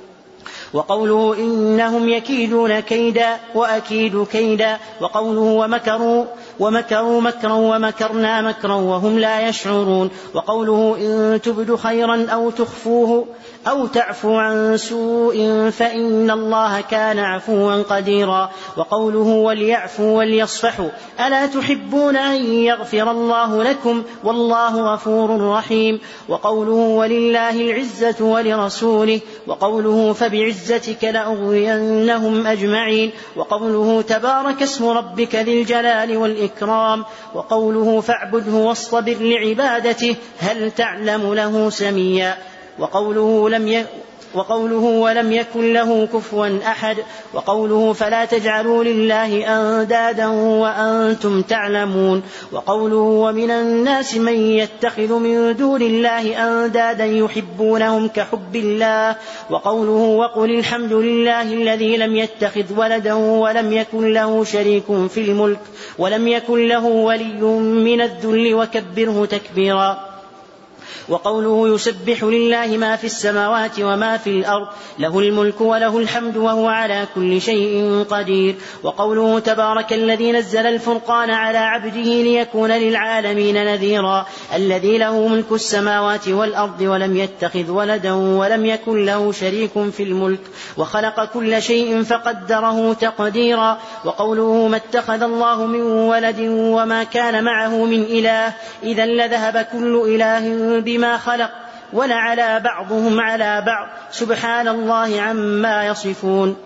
وقوله إنهم يكيدون كيدا وأكيد كيدا. وقوله ومكروا ومكروا مكرا ومكرنا مكرا وهم لا يشعرون. وقوله إن تبدوا خيرا أو تخفوه أو تعفو عن سوء فإن الله كان عفوا قديرا. وقوله وليعفوا وليصفحوا ألا تحبون أن يغفر الله لكم والله غفور رحيم. وقوله ولله العزة ولرسوله. وقوله فبعزتك لأغوينهم أجمعين. وقوله تبارك اسم ربك ذي الجلال والإكرام. وقوله فاعبده واصطبر لعبادته هل تعلم له سميا. وقوله لم ي... وقوله ولم يكن له كفوا أحد. وقوله فلا تجعلوا لله أندادا وأنتم تعلمون. وقوله ومن الناس من يتخذ من دون الله أندادا يحبونهم كحب الله. وقوله وقل الحمد لله الذي لم يتخذ ولدا ولم يكن له شريك في الملك ولم يكن له ولي من الذل وكبره تكبيرا. وقوله يسبح لله ما في السماوات وما في الأرض له الملك وله الحمد وهو على كل شيء قدير. وقوله تبارك الذي نزل الفرقان على عبده ليكون للعالمين نذيرا الذي له ملك السماوات والأرض ولم يتخذ ولدا ولم يكن له شريك في الملك وخلق كل شيء فقدره تقديرا. وقوله ما اتخذ الله من ولد وما كان معه من إله إذا لذهب كل إله بما خلق ولعلى بعضهم على بعض سبحان الله عما يصفون.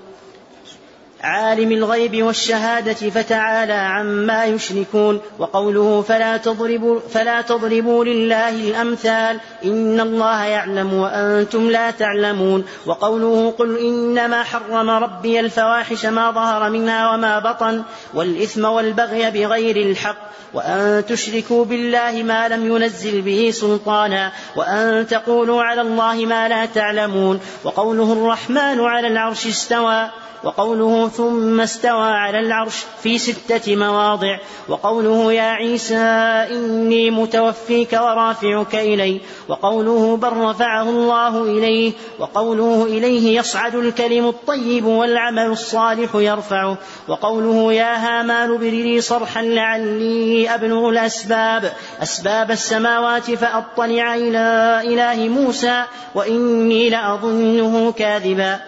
عالم الغيب والشهادة فتعالى عما يشركون. وقوله فلا تضربوا, فلا تضربوا لله الأمثال إن الله يعلم وأنتم لا تعلمون. وقوله قل إنما حرم ربي الفواحش ما ظهر منها وما بطن والإثم والبغي بغير الحق وأن تشركوا بالله ما لم ينزل به سلطانا وأن تقولوا على الله ما لا تعلمون. وقوله الرحمن على العرش استوى. وقوله ثم استوى على العرش في ستة مواضع. وقوله يا عيسى إني متوفيك ورافعك إلي. وقوله بل رفعه الله إليه. وقوله إليه يصعد الكلم الطيب والعمل الصالح يرفعه. وقوله يا هامان ابن لي صرحا لعلي أبلغ الأسباب أسباب السماوات فأطلع إلى إله موسى وإني لأظنه كاذبا.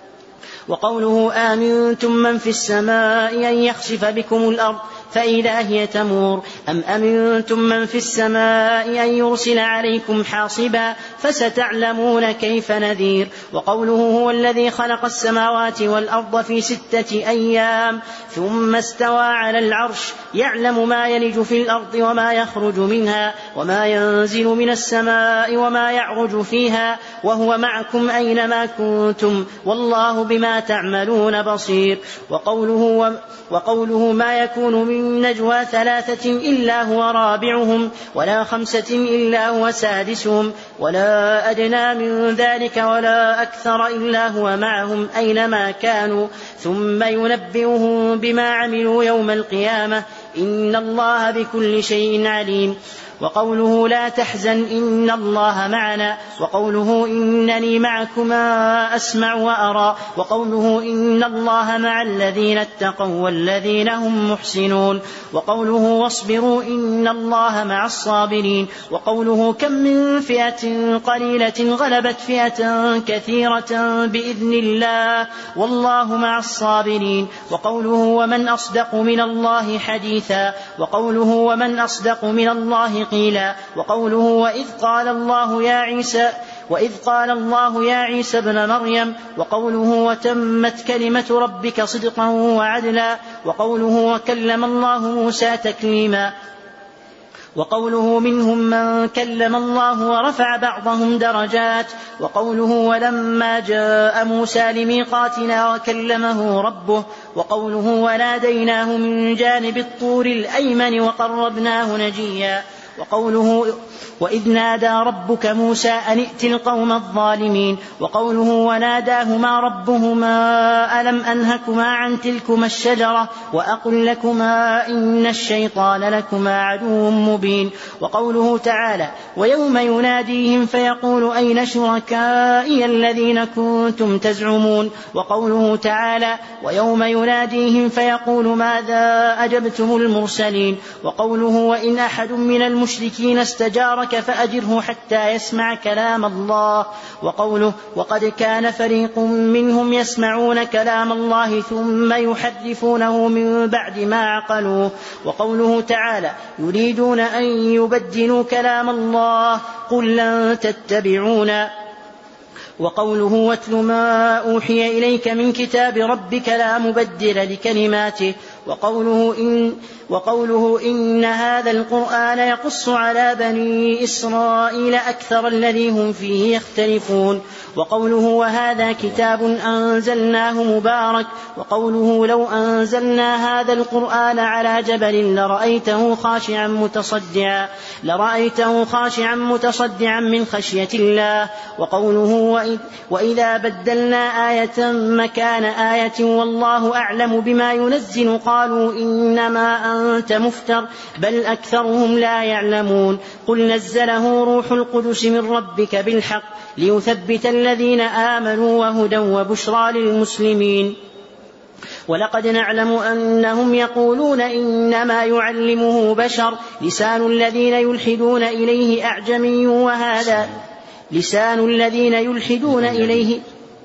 وقوله آمنتم من في السماء أن يخسف بكم الأرض فإذا هي تمور أم أمنتم من في السماء أن يرسل عليكم حاصبا فستعلمون كيف نذير. وقوله هو الذي خلق السماوات والأرض في ستة أيام ثم استوى على العرش يعلم ما يلج في الأرض وما يخرج منها وما ينزل من السماء وما يعرج فيها وهو معكم أينما كنتم والله بما تعملون بصير. وقوله, وقوله ما يكون من نجوى ثلاثة إلا هو رابعهم ولا خمسة إلا هو سادسهم ولا أدنى من ذلك ولا أكثر إلا هو معهم أينما كانوا ثم ينبئهم بما عملوا يوم القيامة إن الله بكل شيء عليم. وقوله لا تحزن إن الله معنا، وقوله إنني معكما أسمع وأرى، وقوله إن الله مع الذين اتقوا والذين هم محسنون، وقوله واصبروا إن الله مع الصابرين، وقوله كم من فئة قليلة غلبت فئة كثيرة بإذن الله والله مع الصابرين، وقوله ومن أصدق من الله حديثا، وقوله ومن أصدق من الله قيلا، وقوله وإذ قال الله يا عيسى وإذ قال الله يا عيسى ابن مريم، وقوله وتمت كلمة ربك صدقا وعدلا، وقوله وكلم الله موسى تكليما، وقوله منهم من كلم الله ورفع بعضهم درجات، وقوله ولما جاء موسى لميقاتنا وكلمه ربه، وقوله وناديناه من جانب الطور الأيمن وقربناه نجيا، وقوله وإذ نادى ربك موسى أن ائت القوم الظالمين، وقوله وناداهما ربهما ألم أنهكما عن تلكما الشجرة وأقل لكما إن الشيطان لكما عدو مبين، وقوله تعالى ويوم يناديهم فيقول أين شركائي الذين كنتم تزعمون، وقوله تعالى ويوم يناديهم فيقول ماذا أجبتم المرسلين، وقوله وإن أحد من المشركين استجارك فأجره حتى يسمع كلام الله، وقوله وقد كان فريق منهم يسمعون كلام الله ثم يحرفونه من بعد ما عقلوه، وقوله تعالى يريدون أن يبدلوا كلام الله قل لن تتبعونا، وقوله واتل ما أوحي إليك من كتاب ربك لا مبدل لكلماته، وقوله إن, وقوله إن هذا القرآن يقص على بني إسرائيل أكثر الذي هم فيه يختلفون، وقوله وهذا كتاب أنزلناه مبارك، وقوله لو أنزلنا هذا القرآن على جبل لرأيته خاشعا متصدعا لرأيته خاشعا متصدعا من خشية الله، وقوله وإذا بدلنا آية مكان آية والله أعلم بما ينزل قالوا إنما أنت مفتر بل أكثرهم لا يعلمون، قل نزله روح القدس من ربك بالحق ليثبت الذين آمنوا وهدى وبشرى للمسلمين، ولقد نعلم أنهم يقولون إنما يعلمه بشر لسان الذين يلحدون إليه أعجمي وهذا لسان الذين يلحدون إليه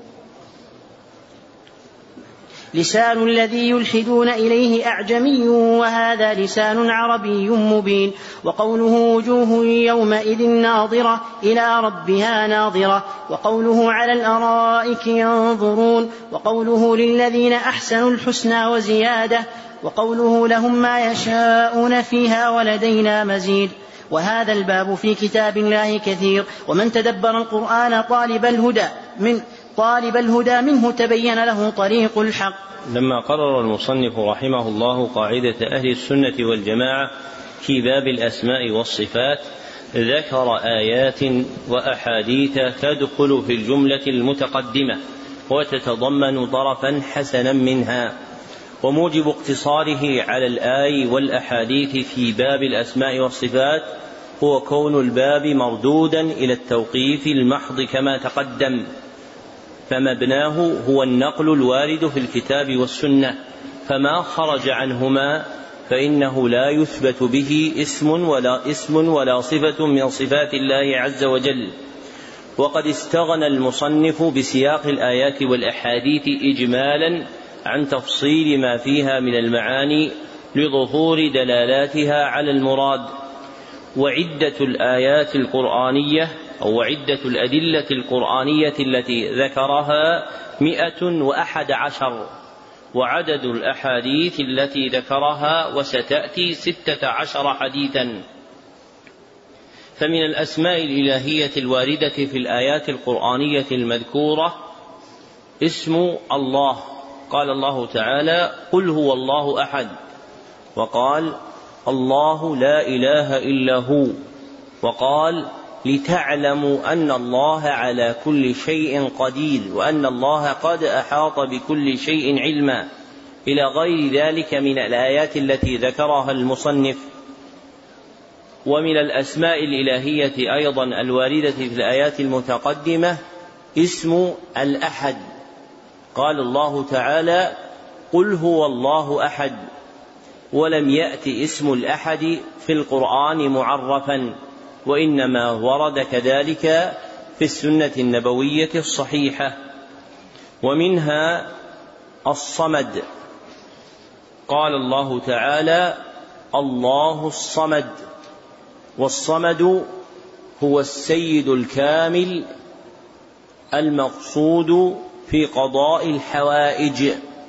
لسان الذي يلحدون إليه أعجمي وهذا لسان عربي مبين، وقوله وجوه يومئذ ناظرة إلى ربها ناظرة، وقوله على الأرائك ينظرون، وقوله للذين أحسنوا الحسنى وزيادة، وقوله لهم ما يشاءون فيها ولدينا مزيد. وهذا الباب في كتاب الله كثير، ومن تدبر القرآن طالب الهدى من طالب الهدى منه تبين له طريق الحق. لما قرر المصنف رحمه الله قاعدة أهل السنة والجماعة في باب الأسماء والصفات ذكر آيات وأحاديث تدخل في الجملة المتقدمة وتتضمن طرفا حسنا منها، وموجب اقتصاره على الآي والأحاديث في باب الأسماء والصفات هو كون الباب مردودا إلى التوقيف المحض كما تقدم، فمبناه هو النقل الوارد في الكتاب والسنة، فما خرج عنهما فإنه لا يثبت به اسم ولا اسم ولا صفة من صفات الله عز وجل. وقد استغنى المصنف بسياق الآيات والأحاديث إجمالا عن تفصيل ما فيها من المعاني لظهور دلالاتها على المراد، وعدة الآيات القرآنية أو عدة الأدلة القرآنية التي ذكرها مئة وأحد عشر، وعدد الأحاديث التي ذكرها وستأتي ستة عشر حديثا. فمن الأسماء الإلهية الواردة في الآيات القرآنية المذكورة اسم الله، قال الله تعالى قل هو الله أحد، وقال الله لا إله إلا هو، وقال لتعلموا أن الله على كل شيء قدير وأن الله قد أحاط بكل شيء علما، إلى غير ذلك من الآيات التي ذكرها المصنف. ومن الأسماء الإلهية أيضا الواردة في الآيات المتقدمة اسم الأحد. قال الله تعالى: قل هو الله أحد، ولم يأت اسم الأحد في القرآن معرفا، وإنما ورد كذلك في السنة النبوية الصحيحة. ومنها الصمد. قال الله تعالى: الله الصمد. والصمد هو السيد الكامل المقصود في قضاء الحوائج.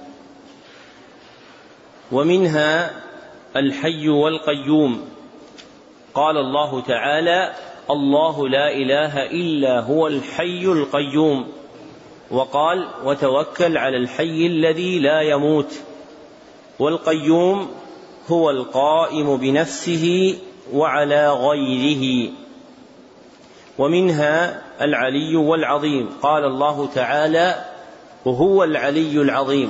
ومنها الحي والقيوم. قال الله تعالى: الله لا إله إلا هو الحي القيوم. وقال: وتوكل على الحي الذي لا يموت. والقيوم هو القائم بنفسه وعلى غيره. ومنها العلي والعظيم. قال الله تعالى: وهو العلي العظيم.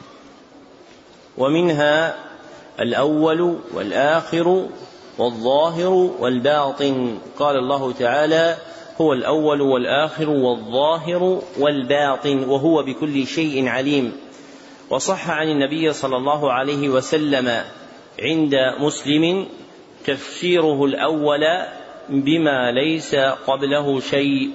ومنها الأول والآخر والظاهر والباطن. قال الله تعالى: هو الأول والآخر والظاهر والباطن وهو بكل شيء عليم. وصح عن النبي صلى الله عليه وسلم عند مسلم تفسيره الأول بما ليس قبله شيء،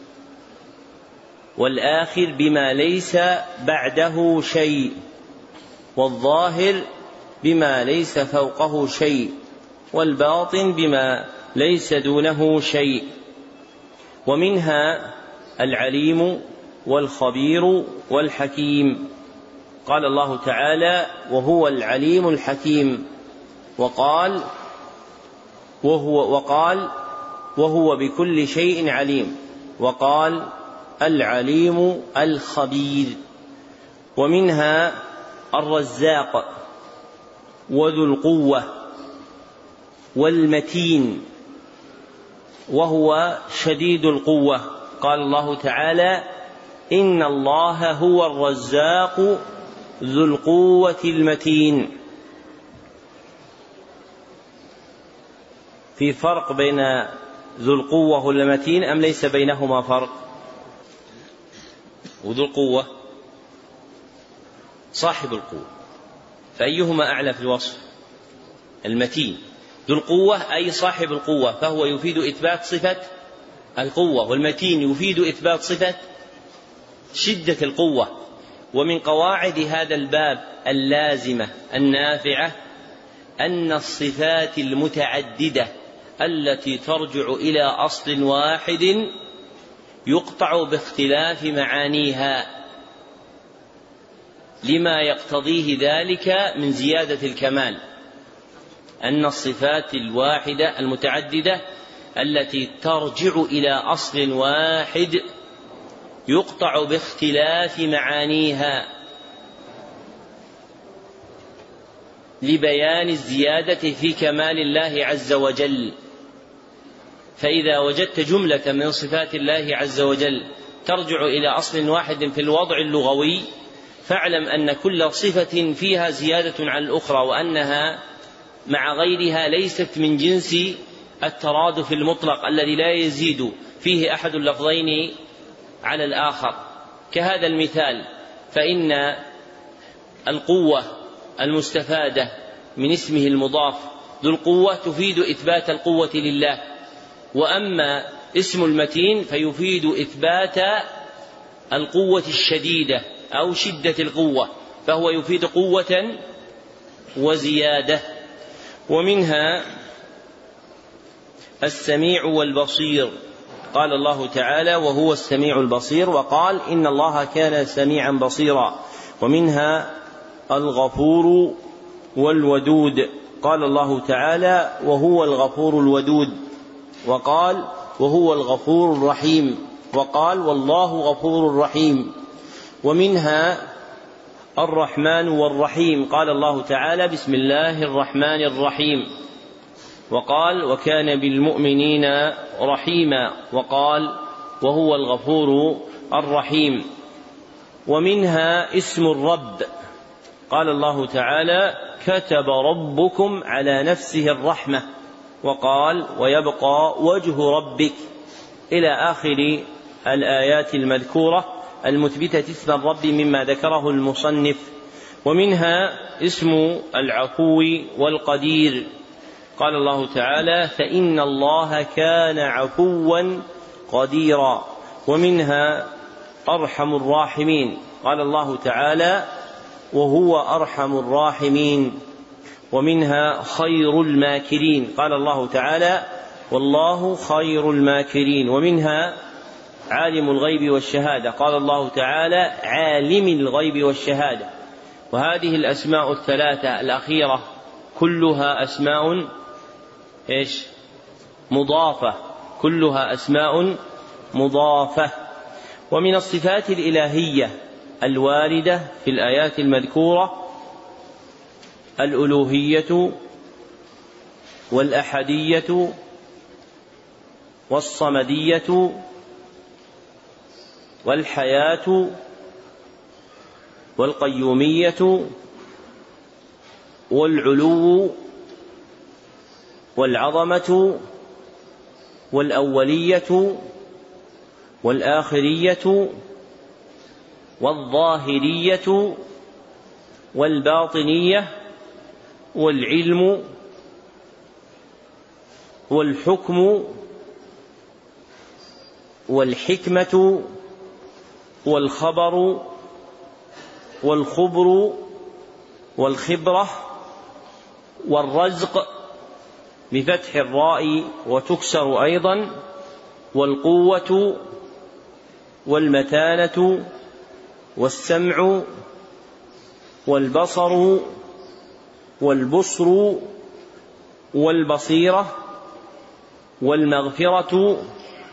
والآخر بما ليس بعده شيء، والظاهر بما ليس فوقه شيء، والباطن بما ليس دونه شيء. ومنها العليم والخبير والحكيم. قال الله تعالى: وهو العليم الحكيم. وقال وهو, وقال وهو بكل شيء عليم. وقال: العليم الخبير. ومنها الرزاق وذو القوة والمتين وهو شديد القوة. قال الله تعالى: إن الله هو الرزاق ذو القوة المتين. في فرق بين ذو القوة والمتين أم ليس بينهما فرق؟ وذو القوة صاحب القوة، فأيهما أعلى في الوصف؟ المتين. ذو القوة أي صاحب القوة، فهو يفيد إثبات صفة القوة، والمتين يفيد إثبات صفة شدة القوة. ومن قواعد هذا الباب اللازمة النافعة أن الصفات المتعددة التي ترجع إلى أصل واحد يقطع باختلاف معانيها لما يقتضيه ذلك من زيادة الكمال. أن الصفات الواحدة المتعددة التي ترجع إلى أصل واحد يقطع باختلاف معانيها لبيان الزيادة في كمال الله عز وجل. فإذا وجدت جملة من صفات الله عز وجل ترجع إلى أصل واحد في الوضع اللغوي، فاعلم أن كل صفة فيها زيادة عن الأخرى، وأنها مع غيرها ليست من جنس الترادف المطلق الذي لا يزيد فيه أحد اللفظين على الآخر. كهذا المثال، فإن القوة المستفادة من اسمه المضاف ذو القوة تفيد إثبات القوة لله، وأما اسم المتين فيفيد إثبات القوة الشديدة أو شدة القوة، فهو يفيد قوة وزيادة. ومنها السميع والبصير. قال الله تعالى: وهو السميع البصير. وقال: إن الله كان سميعا بصيرا. ومنها الغفور والودود. قال الله تعالى: وهو الغفور الودود. وقال: وهو الغفور الرحيم. وقال: والله غفور رحيم. ومنها الرحمن والرحيم. قال الله تعالى: بسم الله الرحمن الرحيم. وقال: وكان بالمؤمنين رحيما. وقال: وهو الغفور الرحيم. ومنها اسم الرب. قال الله تعالى: كتب ربكم على نفسه الرحمة. وقال ويبقى وجه ربك إلى آخر الآيات المذكورة المثبتة اسم الرب مما ذكره المصنف. ومنها اسم العفو والقدير، قال الله تعالى فإن الله كان عفوا قديرا. ومنها أرحم الراحمين، قال الله تعالى وهو أرحم الراحمين. ومنها خير الماكرين، قال الله تعالى والله خير الماكرين. ومنها عالم الغيب والشهادة، قال الله تعالى عالم الغيب والشهادة. وهذه الأسماء الثلاثة الأخيرة كلها أسماء إيش؟ مضافة، كلها أسماء مضافة. ومن الصفات الإلهية الواردة في الآيات المذكورة الألوهية والأحدية والصمدية والحياة والقيومية والعلو والعظمة والأولية والآخرية والظاهرية والباطنية والعلم والحكم والحكمة والخبر والخبر والخبرة والرزق بفتح الراء وتكسر أيضا والقوة والمتانة والسمع والبصر والبصر والبصيرة والمغفرة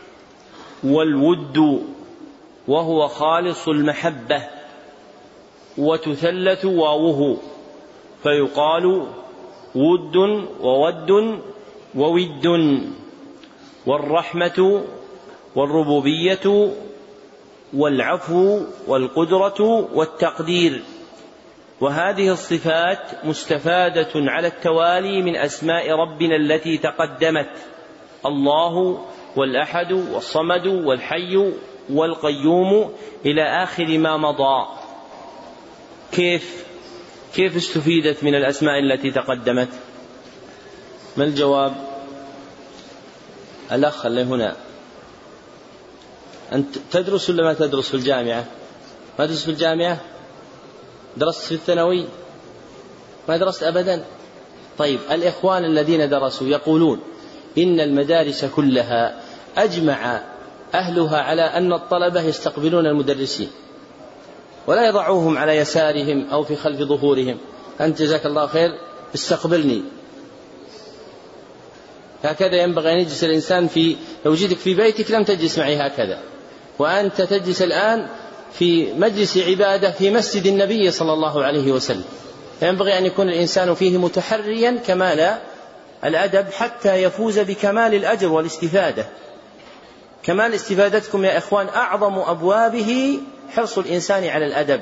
والود وهو خالص المحبة، وتثلث واوه فيقال ود وود وود. والرحمة والربوبية والعفو والقدرة والتقدير. وهذه الصفات مستفادة على التوالي من أسماء ربنا التي تقدمت، الله والأحد والصمد والحي والقيوم إلى آخر ما مضى. كيف كيف استفيدت من الأسماء التي تقدمت؟ ما الجواب؟ الأخ اللي هنا، أنت تدرس ولا ما تدرس في الجامعة؟ ما تدرس في الجامعة؟ درست في الثانوي؟ ما درست أبدا؟ طيب الإخوان الذين درسوا يقولون إن المدارس كلها أجمع أهلها على أن الطلبة يستقبلون المدرسين ولا يضعوهم على يسارهم أو في خلف ظهورهم. أنت جزاك الله خير استقبلني. هكذا ينبغي أن يجلس الإنسان في لو جيتك في بيتك لم تجلس معي هكذا، وأنت تجلس الآن في مجلس عبادة في مسجد النبي صلى الله عليه وسلم. ينبغي أن يكون الإنسان فيه متحريا كمال الأدب حتى يفوز بكمال الأجر والاستفادة. كمال استفادتكم يا إخوان أعظم أبوابه حرص الإنسان على الأدب.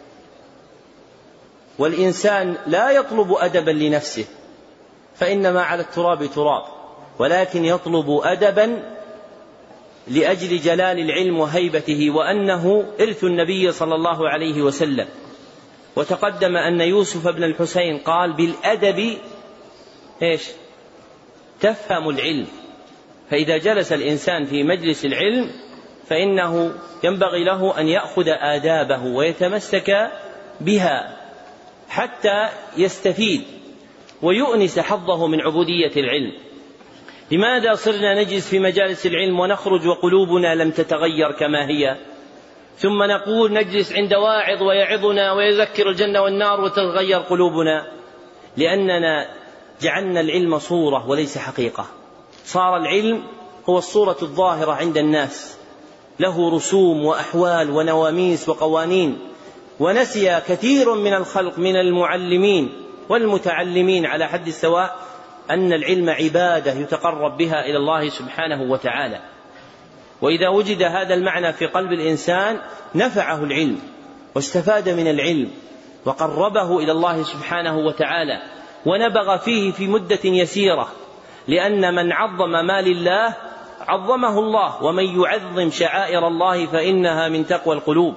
والإنسان لا يطلب أدبا لنفسه فإنما على التراب تراب، ولكن يطلب أدبا لأجل جلال العلم وهيبته وأنه إرث النبي صلى الله عليه وسلم. وتقدم أن يوسف بن الحسين قال بالأدب إيش؟ تفهم العلم. فإذا جلس الإنسان في مجلس العلم فإنه ينبغي له أن يأخذ آدابه ويتمسك بها حتى يستفيد ويؤنس حظه من عبودية العلم. لماذا صرنا نجلس في مجالس العلم ونخرج وقلوبنا لم تتغير كما هي، ثم نقول نجلس عند واعظ ويعظنا ويذكر الجنة والنار وتتغير قلوبنا؟ لأننا جعلنا العلم صورة وليس حقيقة. صار العلم هو الصورة الظاهرة عند الناس، له رسوم وأحوال ونواميس وقوانين، ونسي كثير من الخلق من المعلمين والمتعلمين على حد السواء أن العلم عبادة يتقرب بها إلى الله سبحانه وتعالى. وإذا وجد هذا المعنى في قلب الإنسان نفعه العلم واستفاد من العلم وقربه إلى الله سبحانه وتعالى ونبغ فيه في مدة يسيرة. لأن من عظم ما لله عظمه الله، ومن يعظم شعائر الله فإنها من تقوى القلوب،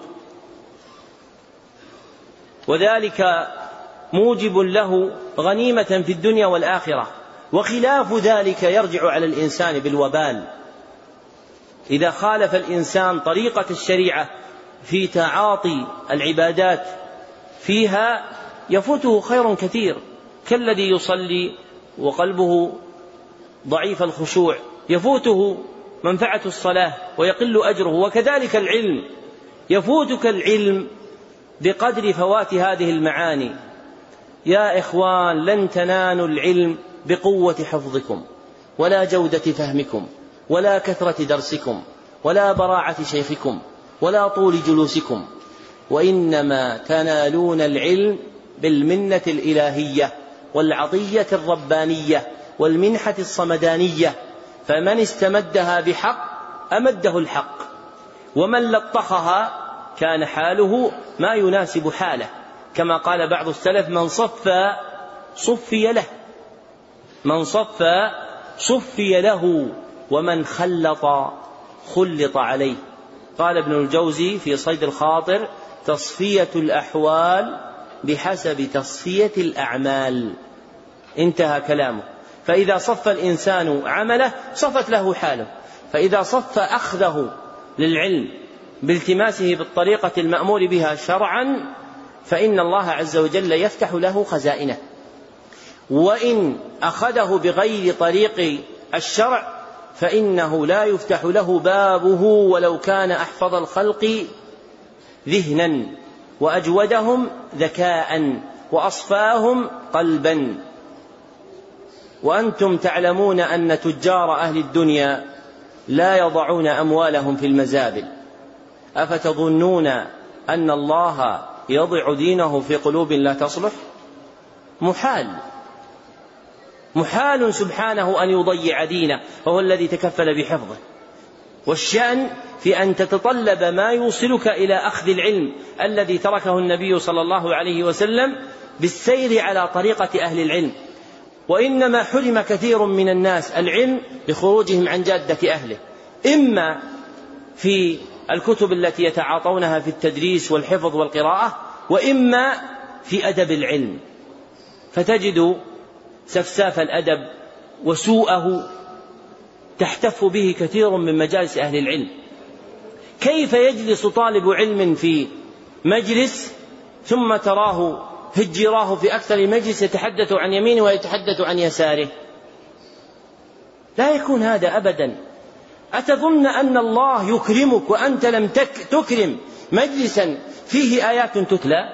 وذلك موجب له غنيمة في الدنيا والآخرة. وخلاف ذلك يرجع على الإنسان بالوبال. إذا خالف الإنسان طريقة الشريعة في تعاطي العبادات فيها يفوته خير كثير، كالذي يصلي وقلبه ضعيف الخشوع يفوته منفعة الصلاة ويقل أجره. وكذلك العلم، يفوتك العلم بقدر فوات هذه المعاني. يا إخوان، لن تنالوا العلم بقوة حفظكم ولا جودة فهمكم ولا كثرة درسكم ولا براعة شيخكم ولا طول جلوسكم، وإنما تنالون العلم بالمنة الإلهية والعطية الربانية والمنحة الصمدانية، فمن استمدها بحق أمده الحق، ومن لطخها كان حاله ما يناسب حاله، كما قال بعض السلف: من صفى صفي له، من صفى صفي له، ومن خلط خلط عليه. قال ابن الجوزي في صيد الخاطر: تصفية الأحوال بحسب تصفية الأعمال. انتهى كلامه. فإذا صف الإنسان عمله صفت له حاله، فإذا صف أخذه للعلم بالتماسه بالطريقة المأمور بها شرعا فإن الله عز وجل يفتح له خزائنه. وإن أخذه بغير طريق الشرع فإنه لا يفتح له بابه ولو كان أحفظ الخلق ذهنا وأجودهم ذكاء وأصفاهم قلبا. وأنتم تعلمون أن تجار أهل الدنيا لا يضعون أموالهم في المزابل، أفتظنون أن الله يضع دينه في قلوب لا تصلح؟ محال محال سبحانه أن يضيع دينه، وهو الذي تكفل بحفظه. والشأن في أن تتطلب ما يوصلك إلى أخذ العلم الذي تركه النبي صلى الله عليه وسلم بالسير على طريقة أهل العلم. وإنما حرم كثير من الناس العلم بخروجهم عن جادة أهله، إما في الكتب التي يتعاطونها في التدريس والحفظ والقراءة، وإما في أدب العلم، فتجد سفساف الأدب وسوءه تحتف به كثير من مجالس أهل العلم. كيف يجلس طالب علم في مجلس ثم تراه هجراه في أكثر المجلس يتحدث عن يمينه ويتحدث عن يساره؟ لا يكون هذا أبدا. أتظن أن الله يكرمك وأنت لم تكرم مجلسا فيه آيات تتلى؟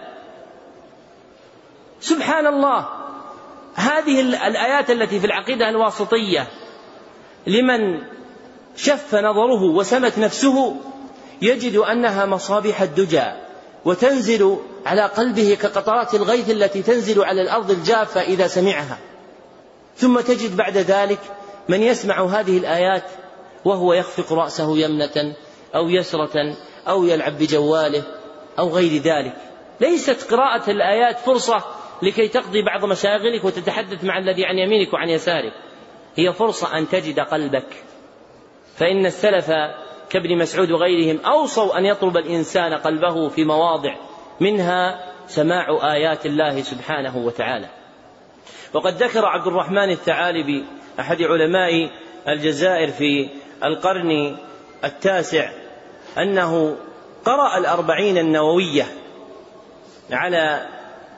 سبحان الله. هذه الآيات التي في العقيدة الواسطية لمن شف نظره وسمت نفسه يجد أنها مصابيح الدجى وتنزل على قلبه كقطرات الغيث التي تنزل على الأرض الجافة إذا سمعها. ثم تجد بعد ذلك من يسمع هذه الآيات وهو يخفق رأسه يمنة أو يسرة أو يلعب بجواله أو غير ذلك. ليست قراءة الآيات فرصة لكي تقضي بعض مشاغلك وتتحدث مع الذي عن يمينك وعن يسارك، هي فرصة أن تجد قلبك. فإن السلف كابن مسعود وغيرهم أوصوا أن يطلب الإنسان قلبه في مواضع منها سماع آيات الله سبحانه وتعالى. وقد ذكر عبد الرحمن الثعالبي أحد علماء الجزائر في القرن التاسع أنه قرأ الأربعين النووية على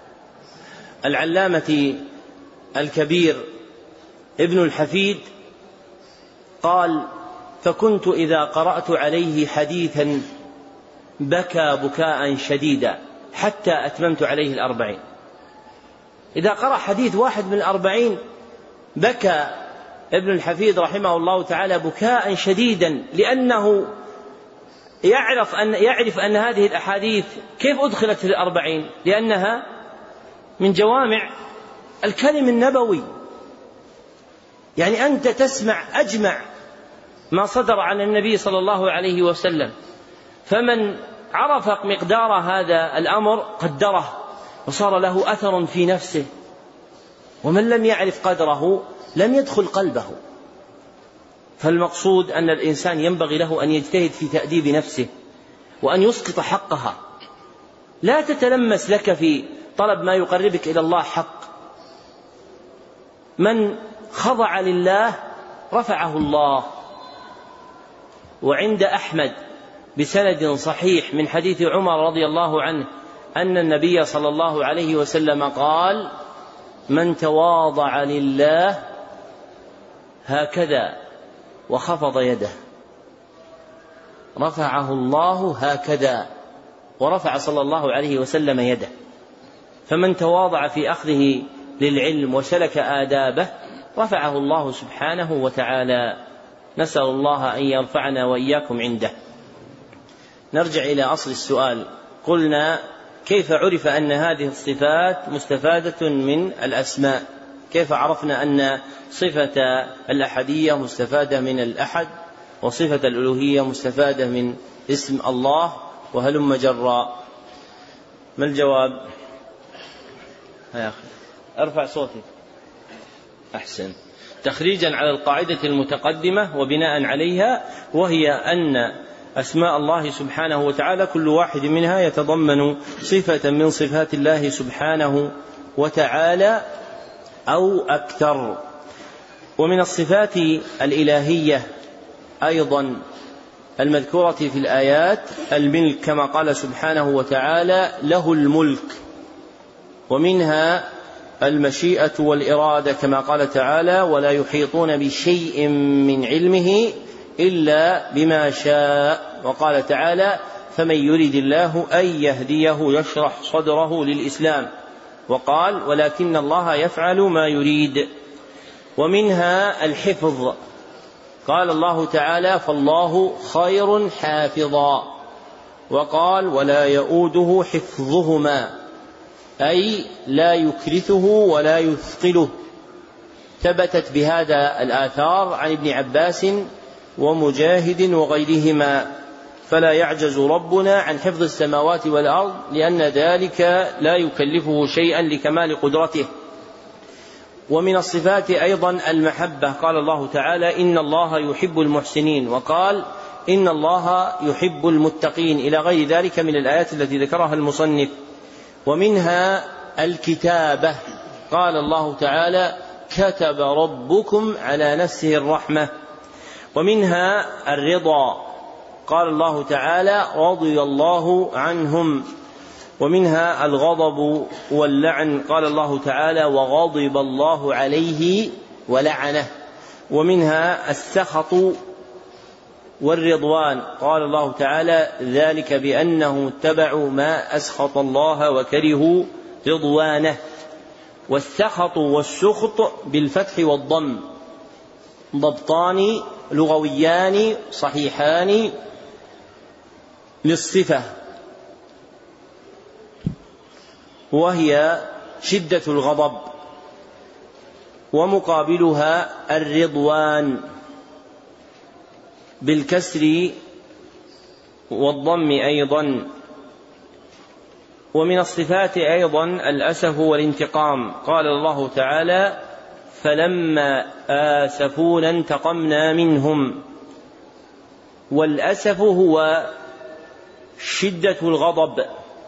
العلامة الكبير ابن الحفيد، قال: فكنت إذا قرأت عليه حديثا بكى بكاء شديدا حتى أتممت عليه الأربعين. إذا قرأ حديث واحد من الأربعين بكى ابن الحفيد رحمه الله تعالى بكاء شديدا، لأنه يعرف أن, يعرف أن هذه الأحاديث كيف أدخلت في الأربعين، لأنها من جوامع الكلم النبوي. يعني أنت تسمع أجمع ما صدر عن النبي صلى الله عليه وسلم، فمن عرف مقدار هذا الأمر قدره وصار له أثر في نفسه، ومن لم يعرف قدره لم يدخل قلبه. فالمقصود أن الإنسان ينبغي له أن يجتهد في تأديب نفسه وأن يسقط حقها. لا تتلمس لك في طلب ما يقربك إلى الله حق. من خضع لله رفعه الله. وعند أحمد بسند صحيح من حديث عمر رضي الله عنه أن النبي صلى الله عليه وسلم قال: من تواضع لله هكذا وخفض يده رفعه الله هكذا، ورفع صلى الله عليه وسلم يده. فمن تواضع في أخذه للعلم وسلك آدابه رفعه الله سبحانه وتعالى. نسأل الله أن يرفعنا وإياكم عنده. نرجع إلى أصل السؤال. قلنا: كيف عرف أن هذه الصفات مستفادة من الأسماء؟ كيف عرفنا أن صفة الأحدية مستفادة من الأحد، وصفة الألوهية مستفادة من اسم الله، وهلم جرا؟ ما الجواب؟ يا أخي أرفع صوتي. أحسن. تخريجا على القاعدة المتقدمة وبناء عليها، وهي أن أسماء الله سبحانه وتعالى كل واحد منها يتضمن صفة من صفات الله سبحانه وتعالى أو أكثر. ومن الصفات الإلهية أيضا المذكورة في الآيات الملك، كما قال سبحانه وتعالى: له الملك. ومنها المشيئة والإرادة، كما قال تعالى: ولا يحيطون بشيء من علمه إلا بما شاء. وقال تعالى: فمن يرد الله أن يهديه يشرح صدره للإسلام. وقال: ولكن الله يفعل ما يريد. ومنها الحفظ، قال الله تعالى: فالله خير حافظا. وقال: ولا يؤوده حفظهما، أي لا يكرثه ولا يثقله. ثبتت بهذا الآثار عن ابن عباس ومجاهد وغيرهما. فلا يعجز ربنا عن حفظ السماوات والأرض، لأن ذلك لا يكلفه شيئا لكمال قدرته. ومن الصفات أيضا المحبة، قال الله تعالى: إن الله يحب المحسنين. وقال: إن الله يحب المتقين، إلى غير ذلك من الآيات التي ذكرها المصنف. ومنها الكتابة، قال الله تعالى: كتب ربكم على نفسه الرحمة. ومنها الرضا، قال الله تعالى: رضي الله عنهم. ومنها الغضب واللعن، قال الله تعالى: وغضب الله عليه ولعنه. ومنها السخط والرضوان، قال الله تعالى: ذلك بأنهم اتبعوا ما أسخط الله وكرهوا رضوانه. والسخط والسخط بالفتح والضم ضبطان لغويان صحيحان للصفة، وهي شدة الغضب، ومقابلها الرضوان بالكسر والضم أيضا. ومن الصفات أيضا الأسف والانتقام، قال الله تعالى: فلما آسفونا انتقمنا منهم. والأسف هو شدة الغضب.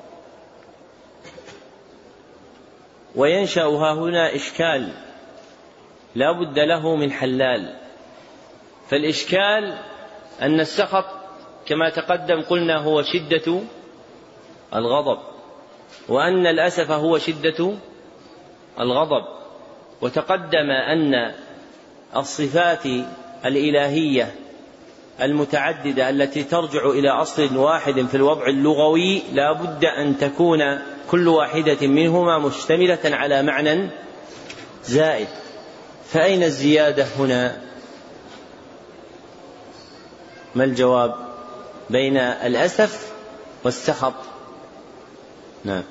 وينشأ هنا إشكال لا بد له من حلال. فالإشكال أن السخط كما تقدم قلنا هو شدة الغضب، وأن الأسف هو شدة الغضب. وتقدم أن الصفات الإلهية المتعددة التي ترجع إلى أصل واحد في الوضع اللغوي لا بد أن تكون كل واحدة منهما مشتملة على معنى زائد. فأين الزيادة هنا؟ ما الجواب بين الأسف والسخط؟ نعم.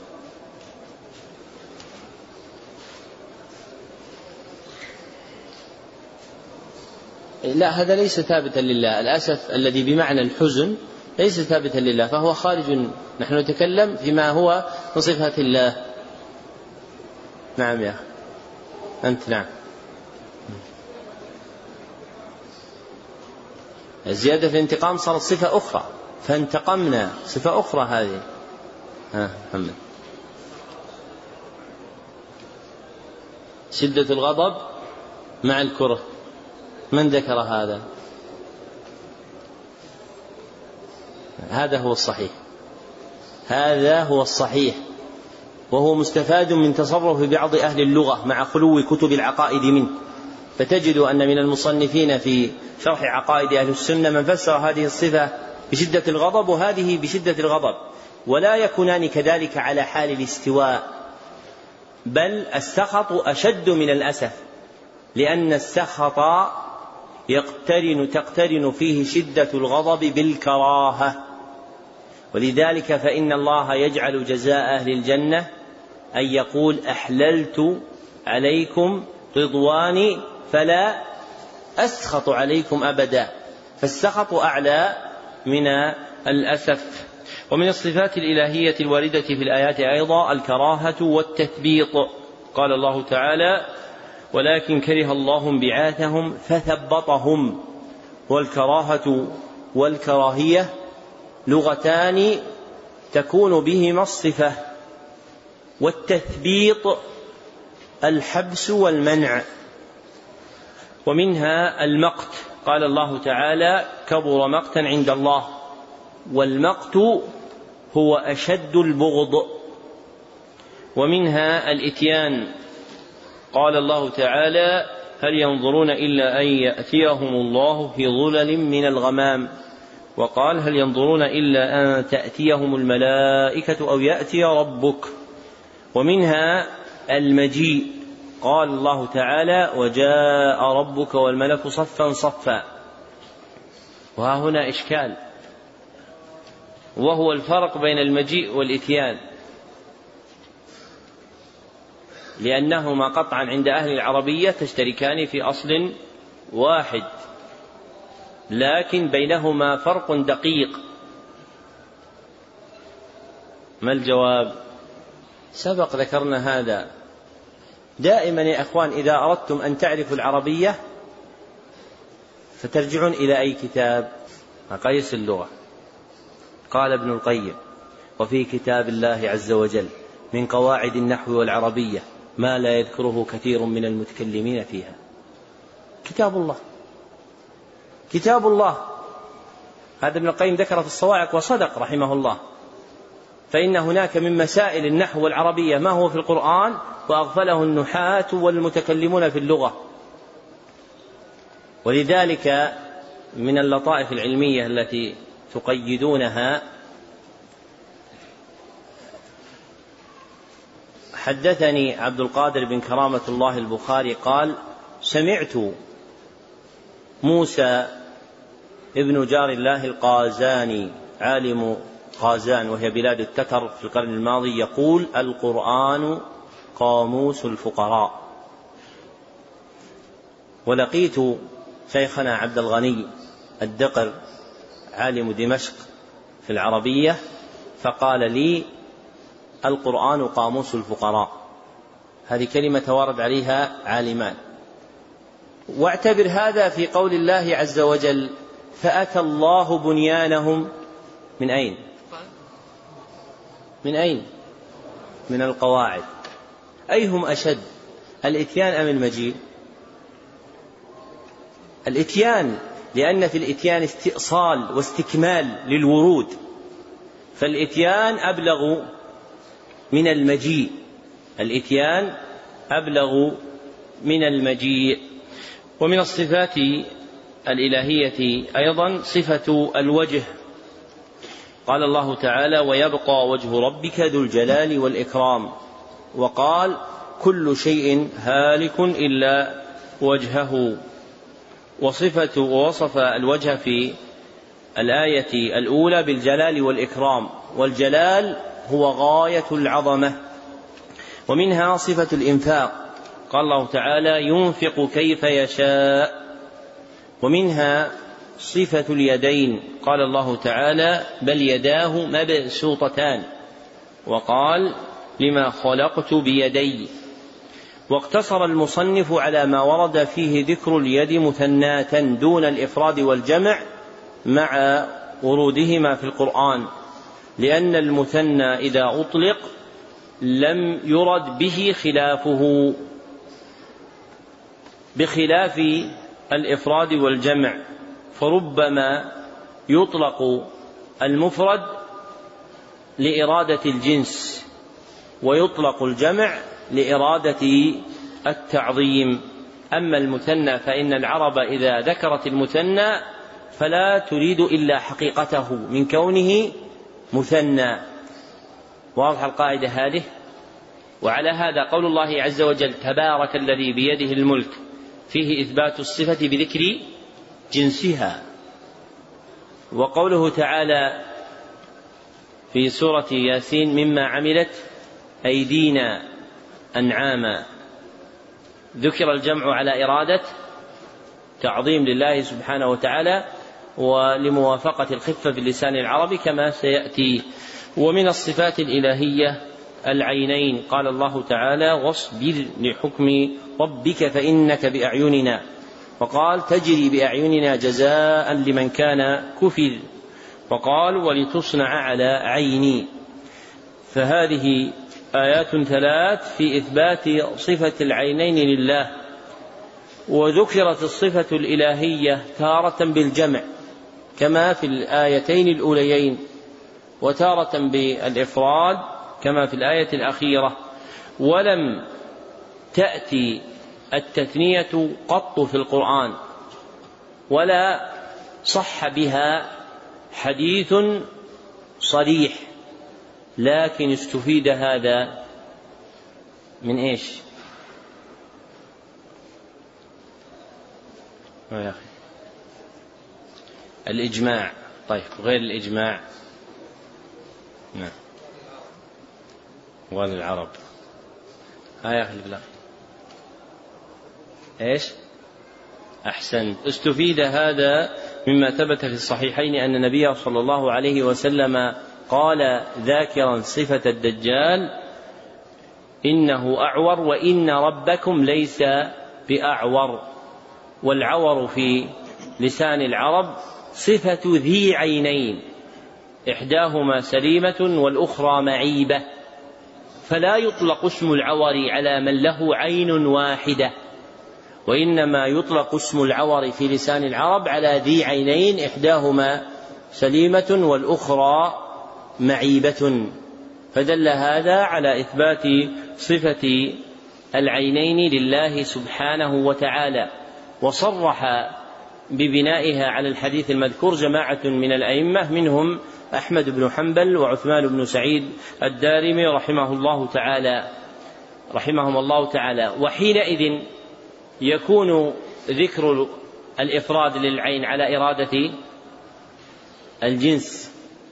لا، هذا ليس ثابتا لله. الأسف الذي بمعنى الحزن ليس ثابتا لله، فهو خارج. نحن نتكلم فيما هو من صفات الله. نعم يا أخي أنت. نعم. الزيادة في الانتقام صارت صفة أخرى، فانتقمنا صفة أخرى هذه. ها محمد. شدة الغضب مع الكره، من ذكر هذا؟ هذا هو الصحيح، هذا هو الصحيح، وهو مستفاد من تصرف بعض أهل اللغة مع خلو كتب العقائد منه. فتجد أن من المصنفين في شرح عقائد أهل السنة من فسر هذه الصفة بشدة الغضب وهذه بشدة الغضب، ولا يكونان كذلك على حال الاستواء، بل السخط أشد من الأسف، لأن السخط يقترن تقترن فيه شدة الغضب بالكراهة. ولذلك فإن الله يجعل جزاء أهل الجنة أن يقول أحللت عليكم رضواني فلا أسخط عليكم أبدا، فالسخط أعلى من الأسف. ومن الصفات الإلهية الواردة في الآيات أيضا الكراهة والتثبيط. قال الله تعالى ولكن كره الله انبعاثهم فثبطهم. والكراهة والكراهية لغتان تكون بهما الصفة، والتثبيط الحبس والمنع. ومنها المقت، قال الله تعالى كبر مقتا عند الله، والمقت هو أشد البغض. ومنها الإتيان، قال الله تعالى هل ينظرون إلا أن يأتيهم الله في ظلل من الغمام، وقال هل ينظرون إلا أن تأتيهم الملائكة أو يأتي ربك. ومنها المجيء، قال الله تعالى وجاء ربك والملك صفا صفا. وها هنا إشكال، وهو الفرق بين المجيء والإتيان، لأنهما قطعا عند أهل العربية تشتركان في أصل واحد، لكن بينهما فرق دقيق. ما الجواب؟ سبق ذكرنا هذا. دائما يا أخوان إذا أردتم أن تعرفوا العربية فترجعون إلى أي كتاب؟ مقاييس اللغة. قال ابن القيم وفي كتاب الله عز وجل من قواعد النحو والعربية ما لا يذكره كثير من المتكلمين فيها. كتاب الله، كتاب الله. هذا ابن القيم ذكر في الصواعق وصدق رحمه الله، فإن هناك من مسائل النحو والعربية ما هو في القرآن وأغفله النحاة والمتكلمون في اللغة. ولذلك من اللطائف العلمية التي تقيدونها، حدثني عبد القادر بن كرامة الله البخاري قال سمعت موسى ابن جار الله القازاني عالم قازان وهي بلاد التتر في القرن الماضي يقول القرآن قاموس الفقراء. ولقيت شيخنا عبد الغني الدقر عالم دمشق في العربية فقال لي القرآن قاموس الفقراء. هذه كلمة توارد عليها عالمان. واعتبر هذا في قول الله عز وجل فأتى الله بنيانهم من أين؟ من أين؟ من القواعد. أيهم أشد، الإتيان أم المجيء؟ الإتيان، لأن في الإتيان استئصال واستكمال للورود، فالإتيان أبلغ من المجيء، الإتيان أبلغ من المجيء. ومن الصفات الإلهية أيضا صفة الوجه. قال الله تعالى ويبقى وجه ربك ذو الجلال والإكرام، وقال كل شيء هالك إلا وجهه. وصفة ووصف الوجه في الآية الأولى بالجلال والإكرام، والجلال هو غاية العظمة. ومنها صفة الإنفاق، قال الله تعالى ينفق كيف يشاء. ومنها صفة اليدين، قال الله تعالى بل يداه مبسوطتان، وقال لما خلقت بيدي. واقتصر المصنف على ما ورد فيه ذكر اليد مثناة دون الإفراد والجمع مع ورودهما في القرآن، لأن المثنى إذا أطلق لم يرد به خلافه، بخلاف الإفراد والجمع، فربما يطلق المفرد لإرادة الجنس ويطلق الجمع لإرادة التعظيم. أما المثنى فإن العرب إذا ذكرت المثنى فلا تريد إلا حقيقته من كونه مثنى. واضح القاعدة هذه؟ وعلى هذا قول الله عز وجل تبارك الذي بيده الملك فيه إثبات الصفة بذكر جنسها. وقوله تعالى في سورة ياسين مما عملت أيدينا أنعاما، ذكر الجمع على إرادة تعظيم لله سبحانه وتعالى ولموافقة الخفة في اللسان العربي كما سيأتي. ومن الصفات الإلهية العينين، قال الله تعالى واصبر لحكم ربك فإنك بأعيننا، وقال تجري بأعيننا جزاء لمن كان كفر، وقال ولتصنع على عيني. فهذه آيات ثلاث في إثبات صفة العينين لله. وذكرت الصفة الإلهية تارة بالجمع كما في الآيتين الأوليين، وتارة بالإفراد كما في الآية الأخيرة، ولم تأتي التثنية قط في القرآن ولا صح بها حديث صريح، لكن استفيد هذا من إيش؟ يا أخي الإجماع. طيب غير الإجماع نعم والعرب. ها يا أخي البلاغ إيش؟ أحسنت. استفيد هذا مما ثبت في الصحيحين أن النبي صلى الله عليه وسلم قال ذاكرا صفة الدجال إنه أعور وإن ربكم ليس بأعور. والعور في لسان العرب صفة ذي عينين إحداهما سليمة والأخرى معيبة، فلا يطلق اسم العور على من له عين واحدة، وإنما يطلق اسم العور في لسان العرب على ذي عينين إحداهما سليمة والأخرى معيبة. فدل هذا على إثبات صفة العينين لله سبحانه وتعالى. وصرح ببنائها على الحديث المذكور جماعة من الأئمة، منهم أحمد بن حنبل وعثمان بن سعيد الدارمي رحمه الله تعالى رحمهم الله تعالى. وحينئذ يكون ذكر الإفراد للعين على إرادة الجنس،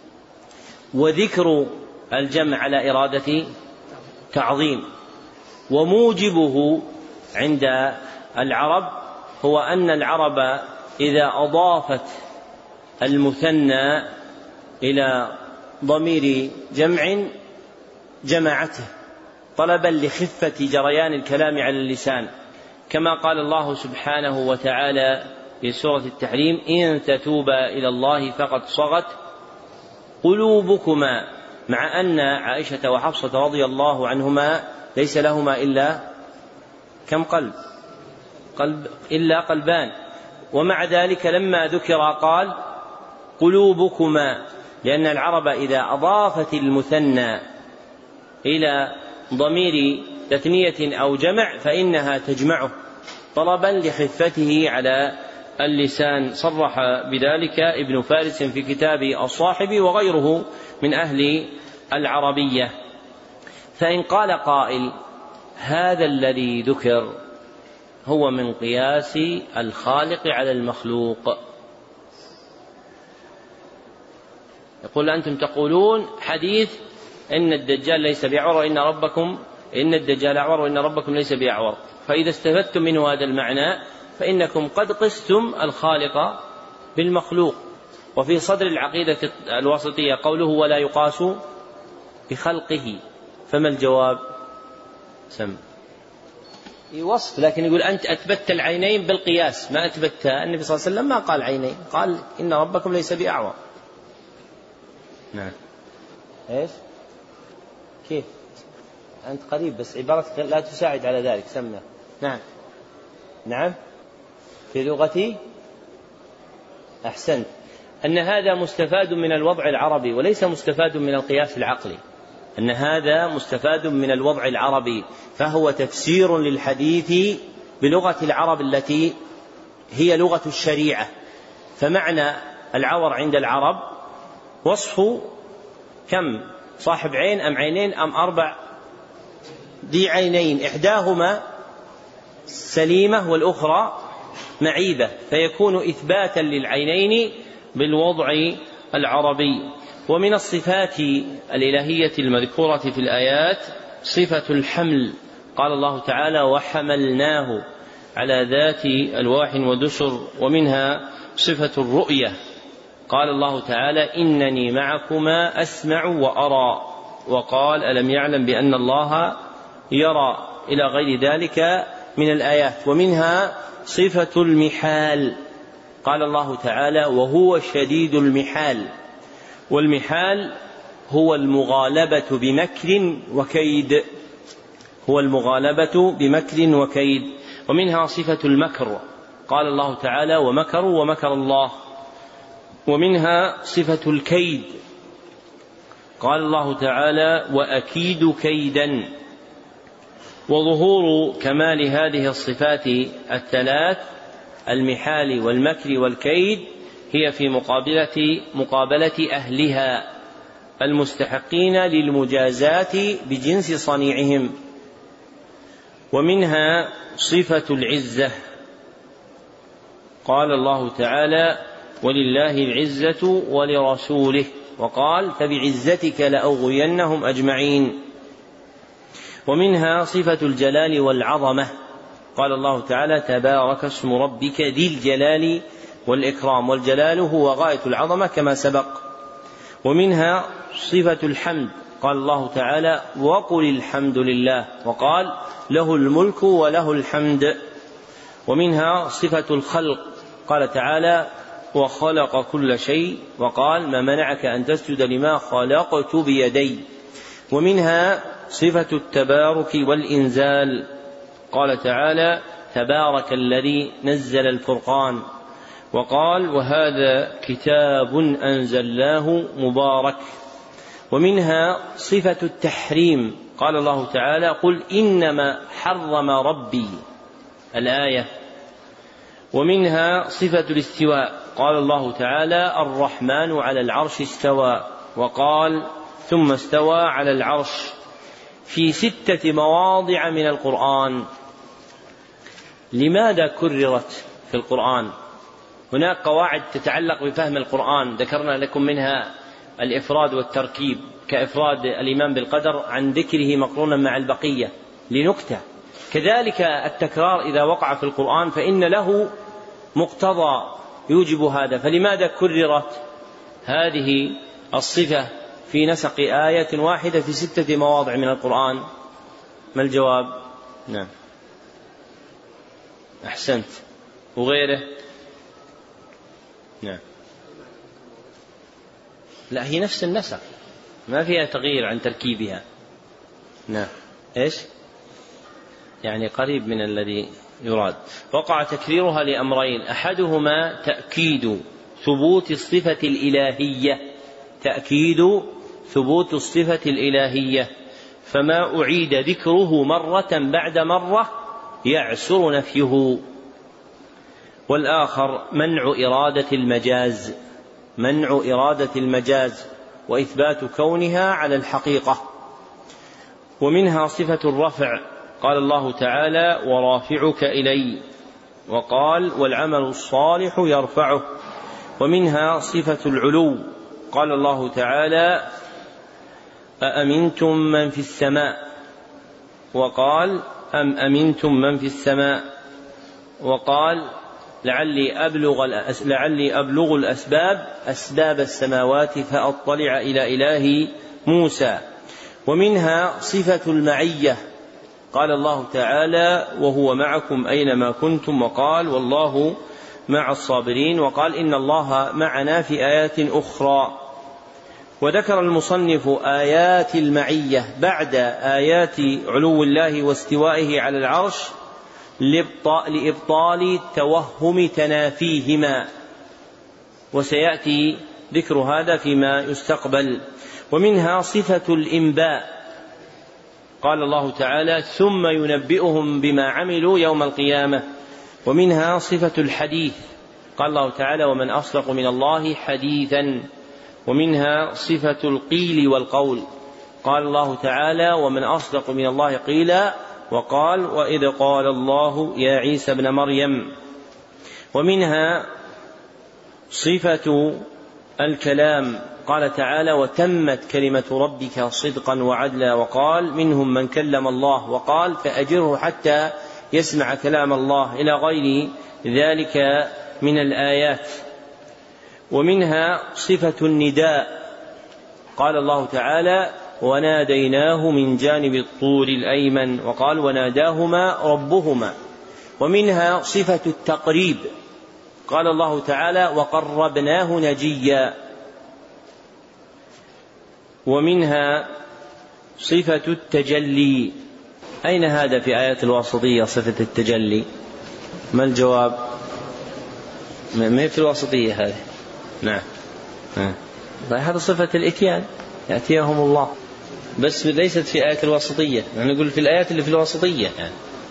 وذكر الجمع على إرادة تعظيم. وموجبه عند العرب هو أن العرب إذا أضافت المثنى إلى ضمير جمع جمعته طلبا لخفة جريان الكلام على اللسان، كما قال الله سبحانه وتعالى في سورة التحريم إن تتوبا إلى الله فقد صغت قلوبكما، مع أن عائشة وحفصة رضي الله عنهما ليس لهما إلا كم قلب؟ قلب إلا قلبان، ومع ذلك لما ذكر قال قلوبكما، لأن العرب إذا أضافت المثنى إلى ضمير تثنية أو جمع فإنها تجمعه طلبا لخفته على اللسان. صرح بذلك ابن فارس في كتاب الصاحب وغيره من أهل العربية. فإن قال قائل هذا الذي ذكر هو من قياس الخالق على المخلوق، يقول أنتم تقولون حديث إن الدجال ليس بأعور وإن ربكم إن الدجال أعور وإن ربكم ليس بأعور، فإذا استفدتم منه هذا المعنى فإنكم قد قستم الخالق بالمخلوق. وفي صدر العقيدة الوسطية قوله ولا يقاس بخلقه، فما الجواب؟ سم وصف، لكن يقول أنت أثبتت العينين بالقياس، ما أثبتت. النبي صلى الله عليه وسلم ما قال عينين، قال إن ربكم ليس بأعور. نعم. إيش؟ كيف؟ أنت قريب بس عبارتك لا تساعد على ذلك، سمع. نعم. نعم. في لغتي أحسنت. أن هذا مستفاد من الوضع العربي وليس مستفاد من القياس العقلي. أن هذا مستفاد من الوضع العربي، فهو تفسير للحديث بلغة العرب التي هي لغة الشريعة. فمعنى العور عند العرب وصف كم؟ صاحب عين أم عينين أم أربع؟ ذي عينين، إحداهما سليمة والأخرى معيبة، فيكون إثباتا للعينين بالوضع العربي. ومن الصفات الإلهية المذكورة في الآيات صفة الحمل، قال الله تعالى وحملناه على ذات ألواح ودسر. ومنها صفة الرؤية، قال الله تعالى إنني معكما أسمع وأرى، وقال ألم يعلم بأن الله يرى، إلى غير ذلك من الآيات. ومنها صفة المحال، قال الله تعالى وهو شديد المحال، والمحال هو المغالبة بمكر وكيد، هو المغالبة بمكر وكيد. ومنها صفة المكر، قال الله تعالى ومكروا ومكر الله. ومنها صفة الكيد، قال الله تعالى وأكيد كيدا. وظهور كمال هذه الصفات الثلاث المحال والمكر والكيد هي في مقابلة مقابلة أهلها المستحقين للمجازات بجنس صنيعهم. ومنها صفة العزة، قال الله تعالى ولله العزة ولرسوله، وقال فبعزتك لأغوينهم أجمعين. ومنها صفة الجلال والعظمة، قال الله تعالى تبارك اسم ربك ذي الجلال والإكرام، والجلال هو غاية العظمة كما سبق. ومنها صفة الحمد، قال الله تعالى وقل الحمد لله، وقال له الملك وله الحمد. ومنها صفة الخلق، قال تعالى وخلق كل شيء، وقال ما منعك أن تسجد لما خلقت بيدي. ومنها صفة التبارك والإنزال، قال تعالى تبارك الذي نزل الفرقان، وقال وهذا كتاب أنزلناه مبارك. ومنها صفة التحريم، قال الله تعالى قل إنما حرم ربي الآية. ومنها صفة الاستواء، قال الله تعالى الرحمن على العرش استوى، وقال ثم استوى على العرش، في ستة مواضع من القرآن. لماذا كررت في القرآن؟ هناك قواعد تتعلق بفهم القرآن ذكرنا لكم منها الإفراد والتركيب، كإفراد الإيمان بالقدر عن ذكره مقرونا مع البقية لنكتة. كذلك التكرار إذا وقع في القرآن فإن له مقتضى يوجب هذا. فلماذا كررت هذه الصفة في نسق آية واحدة في ستة مواضع من القرآن؟ ما الجواب؟ نعم أحسنت. وغيره؟ نعم لا هي نفس النسق ما فيها تغيير عن تركيبها. نعم إيش يعني قريب من الذي يراد. وقع تكريرها لأمرين، أحدهما تأكيد ثبوت الصفة الإلهية، تأكيد ثبوت الصفة الإلهية، فما أعيد ذكره مرة بعد مرة يعسر نفيه. والآخر منع إرادة المجاز، منع إرادة المجاز وإثبات كونها على الحقيقة. ومنها صفة الرفع، قال الله تعالى ورافعك إلي، وقال والعمل الصالح يرفعه. ومنها صفة العلو، قال الله تعالى أأمنتم من في السماء، وقال أم أمنتم من في السماء، وقال لعلي أبلغ, لعلي أبلغ الأسباب أسباب السماوات فأطلع إلى إله موسى. ومنها صفة المعية، قال الله تعالى وهو معكم أينما كنتم، وقال والله مع الصابرين، وقال إن الله معنا في آيات أخرى. وذكر المصنف آيات المعية بعد آيات علو الله واستوائه على العرش لإبطال توهم تنافيهما، وسيأتي ذكر هذا فيما يستقبل. ومنها صفة الإنباء، قال الله تعالى ثم ينبئهم بما عملوا يوم القيامة. ومنها صفة الحديث، قال الله تعالى ومن أصدق من الله حديثا. ومنها صفة القيل والقول، قال الله تعالى ومن أصدق من الله قيلا، وقال وإذ قال الله يا عيسى ابن مريم. ومنها صفة الكلام، قال تعالى وتمت كلمة ربك صدقا وعدلا، وقال منهم من كلم الله، وقال فأجره حتى يسمع كلام الله، إلى غير ذلك من الآيات. ومنها صفة النداء، قال الله تعالى وناديناه من جانب الطور الأيمن، وقال وناداهما ربهما. ومنها صفة التقريب، قال الله تعالى وقربناه نجيا. ومنها صفة التجلي. أين هذا في آيات الواسطية صفة التجلي؟ ما الجواب؟ ما هي في الواسطية هذه؟ نعم هذا صفة الإتيان، يأتيهم الله، بس ليست في آية الواسطية، يعني نقول في الآيات اللي في الواسطية يعني.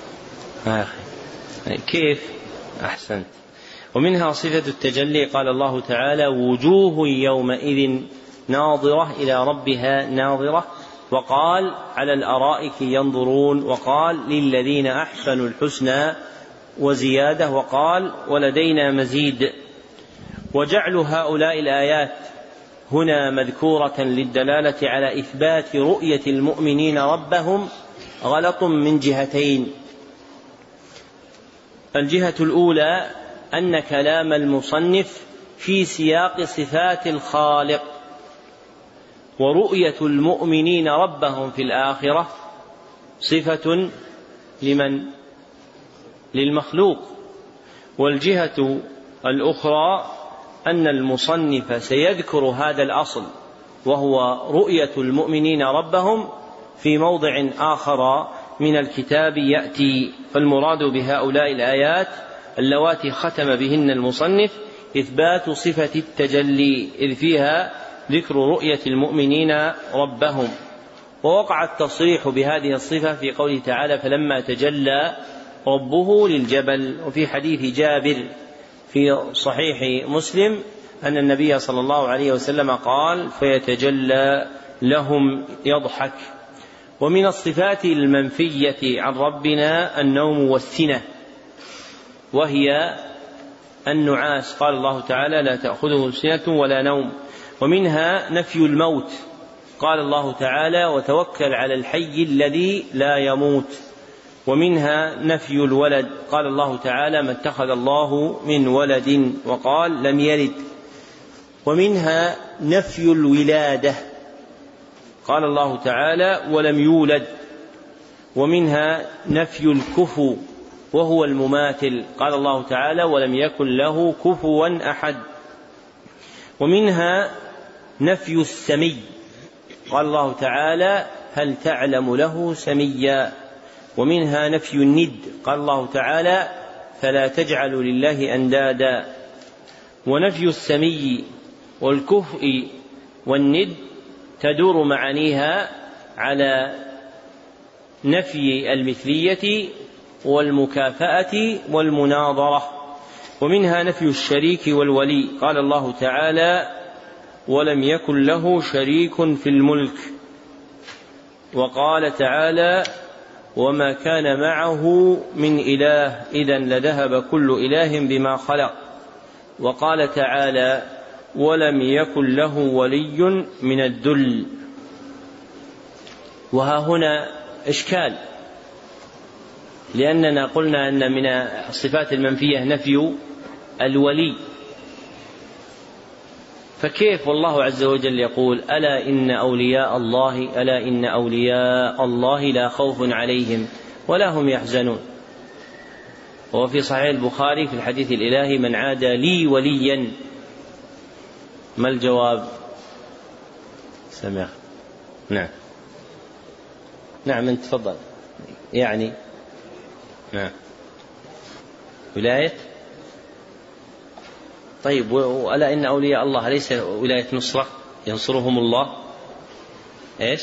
آخي كيف؟ أحسنت. ومنها صفة التجلي، قال الله تعالى وجوه يومئذ ناظرة إلى ربها ناظرة، وقال على الأرائك ينظرون، وقال للذين أحسنوا الحسنى وزيادة، وقال ولدينا مزيد. وجعل هؤلاء الآيات هنا مذكورة للدلالة على إثبات رؤية المؤمنين ربهم غلط من جهتين. الجهة الأولى أن كلام المصنف في سياق صفات الخالق، ورؤية المؤمنين ربهم في الآخرة صفة لمن؟ للمخلوق. والجهة الأخرى أن المصنف سيذكر هذا الأصل وهو رؤية المؤمنين ربهم في موضع آخر من الكتاب يأتي. فالمراد بهؤلاء الآيات اللواتي ختم بهن المصنف إثبات صفة التجلي، إذ فيها ذكر رؤية المؤمنين ربهم. ووقع التصريح بهذه الصفة في قوله تعالى فلما تجلى ربه للجبل. وفي حديث جابر في صحيح مسلم أن النبي صلى الله عليه وسلم قال فيتجلى لهم يضحك. ومن الصفات المنفية عن ربنا النوم والسنة، وهي النعاس، قال الله تعالى لا تأخذه سنة ولا نوم. ومنها نفي الموت، قال الله تعالى وتوكل على الحي الذي لا يموت. ومنها نفي الولد، قال الله تعالى ما اتخذ الله من ولد، وقال لم يلد. ومنها نفي الولادة، قال الله تعالى ولم يولد. ومنها نفي الكفو وهو المماثل، قال الله تعالى ولم يكن له كفوا أحد. ومنها نفي السمي، قال الله تعالى هل تعلم له سميا. ومنها نفي الند، قال الله تعالى فلا تجعلوا لله أندادا. ونفي السمي والكفء والند تدور معانيها على نفي المثلية والمكافأة والمناظرة. ومنها نفي الشريك والولي، قال الله تعالى ولم يكن له شريك في الملك. وقال تعالى وما كان معه من إله إذا لذهب كل إله بما خلق. وقال تعالى ولم يكن له ولي من الذل. وها هنا إشكال، لأننا قلنا أن من الصفات المنفية نفي الولي، فكيف والله عز وجل يقول ألا إن أولياء الله ألا إن أولياء الله لا خوف عليهم ولا هم يحزنون. وفي صحيح البخاري في الحديث الإلهي من عادى لي وليا. ما الجواب؟ سمع. نعم نعم انت تفضل. يعني نعم ولاية. طيب وألا إن أولياء الله ليس ولاية نصرة ينصرهم الله؟ إيش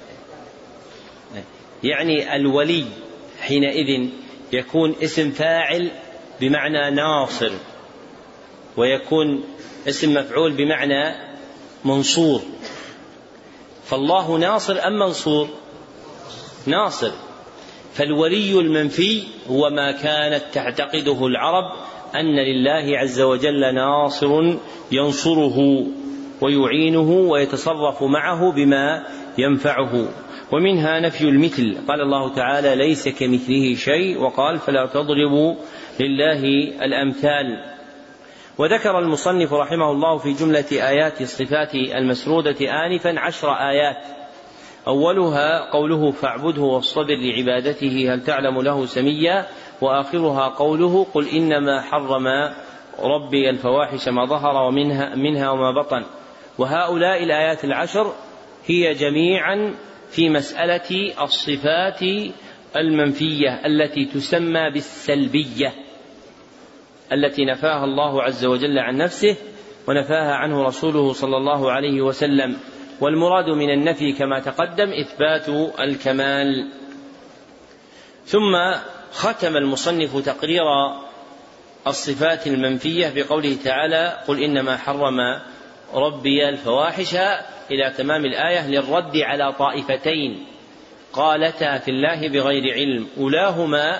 يعني الولي حينئذ يكون اسم فاعل بمعنى ناصر، ويكون اسم مفعول بمعنى منصور. فالله ناصر أم منصور؟ ناصر. فالولي المنفي هو ما كانت تعتقده العرب أن لله عز وجل ناصر ينصره ويعينه ويتصرف معه بما ينفعه. ومنها نفي المثل، قال الله تعالى ليس كمثله شيء، وقال فلا تضربوا لله الأمثال. وذكر المصنف رحمه الله في جملة آيات الصفات المسرودة آنفا عشر آيات، أولها قوله فاعبده واصطبر لعبادته هل تعلم له سميا، وآخرها قوله قل إنما حرم ربي الفواحش ما ظهر ومنها منها وما بطن. وهؤلاء الآيات العشر هي جميعا في مسألة الصفات المنفية التي تسمى بالسلبية، التي نفاها الله عز وجل عن نفسه ونفاها عنه رسوله صلى الله عليه وسلم. والمراد من النفي كما تقدم إثبات الكمال. ثم ختم المصنف تقرير الصفات المنفية بقوله تعالى قل إنما حرم ربي الفواحش إلى تمام الآية، للرد على طائفتين قالتا في الله بغير علم، أولاهما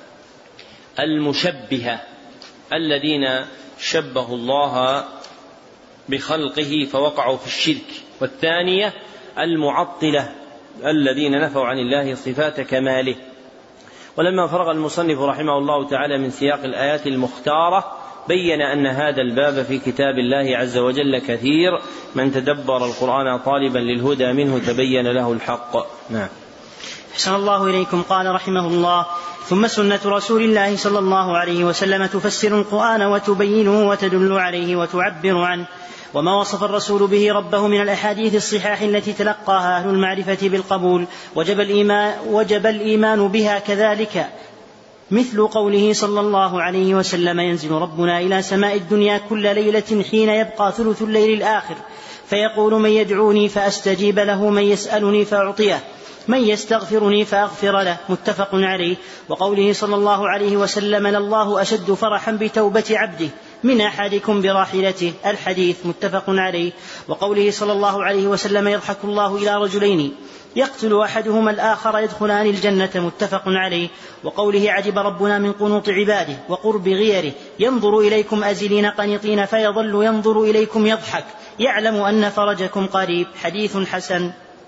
المشبهة الذين شبهوا الله بخلقه فوقعوا في الشرك، والثانية المعطلة الذين نفوا عن الله صفات كماله. ولما فرغ المصنف رحمه الله تعالى من سياق الآيات المختارة بين أن هذا الباب في كتاب الله عز وجل كثير، من تدبر القرآن طالبا للهدى منه تبين له الحق. نعم. أحسن الله إليكم. قال رحمه الله ثم سنة رسول الله صلى الله عليه وسلم تفسر القرآن وتبينه وتدل عليه وتعبر عنه. وما وصف الرسول به ربه من الأحاديث الصحاح التي تلقاها أهل المعرفة بالقبول وجب الإيمان, وجب الإيمان بها كذلك، مثل قوله صلى الله عليه وسلم ينزل ربنا إلى سماء الدنيا كل ليلة حين يبقى ثلث الليل الآخر فيقول من يدعوني فأستجيب له، من يسألني فأعطيه، من يستغفرني فأغفر له، متفق عليه. وقوله صلى الله عليه وسلم لله أشد فرحا بتوبة عبده من أحدكم براحلته، الحديث متفق عليه. وقوله صلى الله عليه وسلم يضحك الله إلى رجلين يقتل أحدهما الآخر يدخلان الجنة، متفق عليه. وقوله عجب ربنا من قنوط عباده وقرب غيره ينظر إليكم أزلين قنطين فيظل ينظر إليكم يضحك يعلم أن فرجكم قريب، حديث حسن.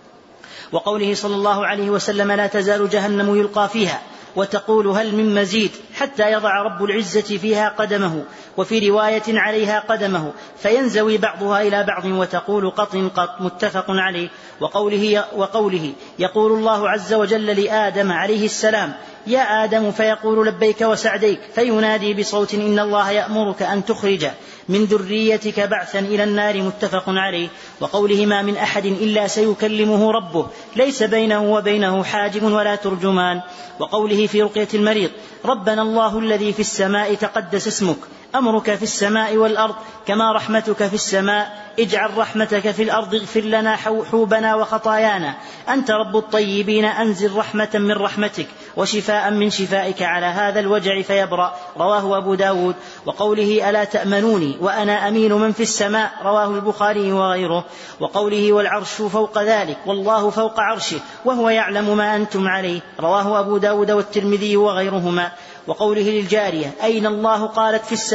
وقوله صلى الله عليه وسلم لا تزال جهنم يلقى فيها وتقول هل من مزيد حتى يضع رب العزة فيها قدمه، وفي رواية عليها قدمه فينزوي بعضها إلى بعض وتقول قط قط، متفق عليه. وقوله, وقوله يقول الله عز وجل لآدم عليه السلام يا آدم فيقول لبيك وسعديك، فينادي بصوت إن الله يأمرك أن تخرج من ذريتك بعثا إلى النار، متفق عليه. وقوله ما من أحد إلا سيكلمه ربه ليس بينه وبينه حاجب ولا ترجمان. وقوله في رقية المريض ربنا الله الذي في السماء تقدس اسمك أمرك في السماء والأرض كما رحمتك في السماء اجعل رحمتك في الأرض اغفر لنا حوبنا وخطايانا أنت رب الطيبين أنزل رحمة من رحمتك وشفاء من شفائك على هذا الوجع فيبرأ، رواه أبو داود. وقوله ألا تأمنوني وأنا أمين من في السماء، رواه البخاري وغيره. وقوله والعرش فوق ذلك والله فوق عرشه وهو يعلم ما أنتم عليه، رواه أبو داود والترمذي وغيرهما. وقوله للجارية أين الله قالت في السماء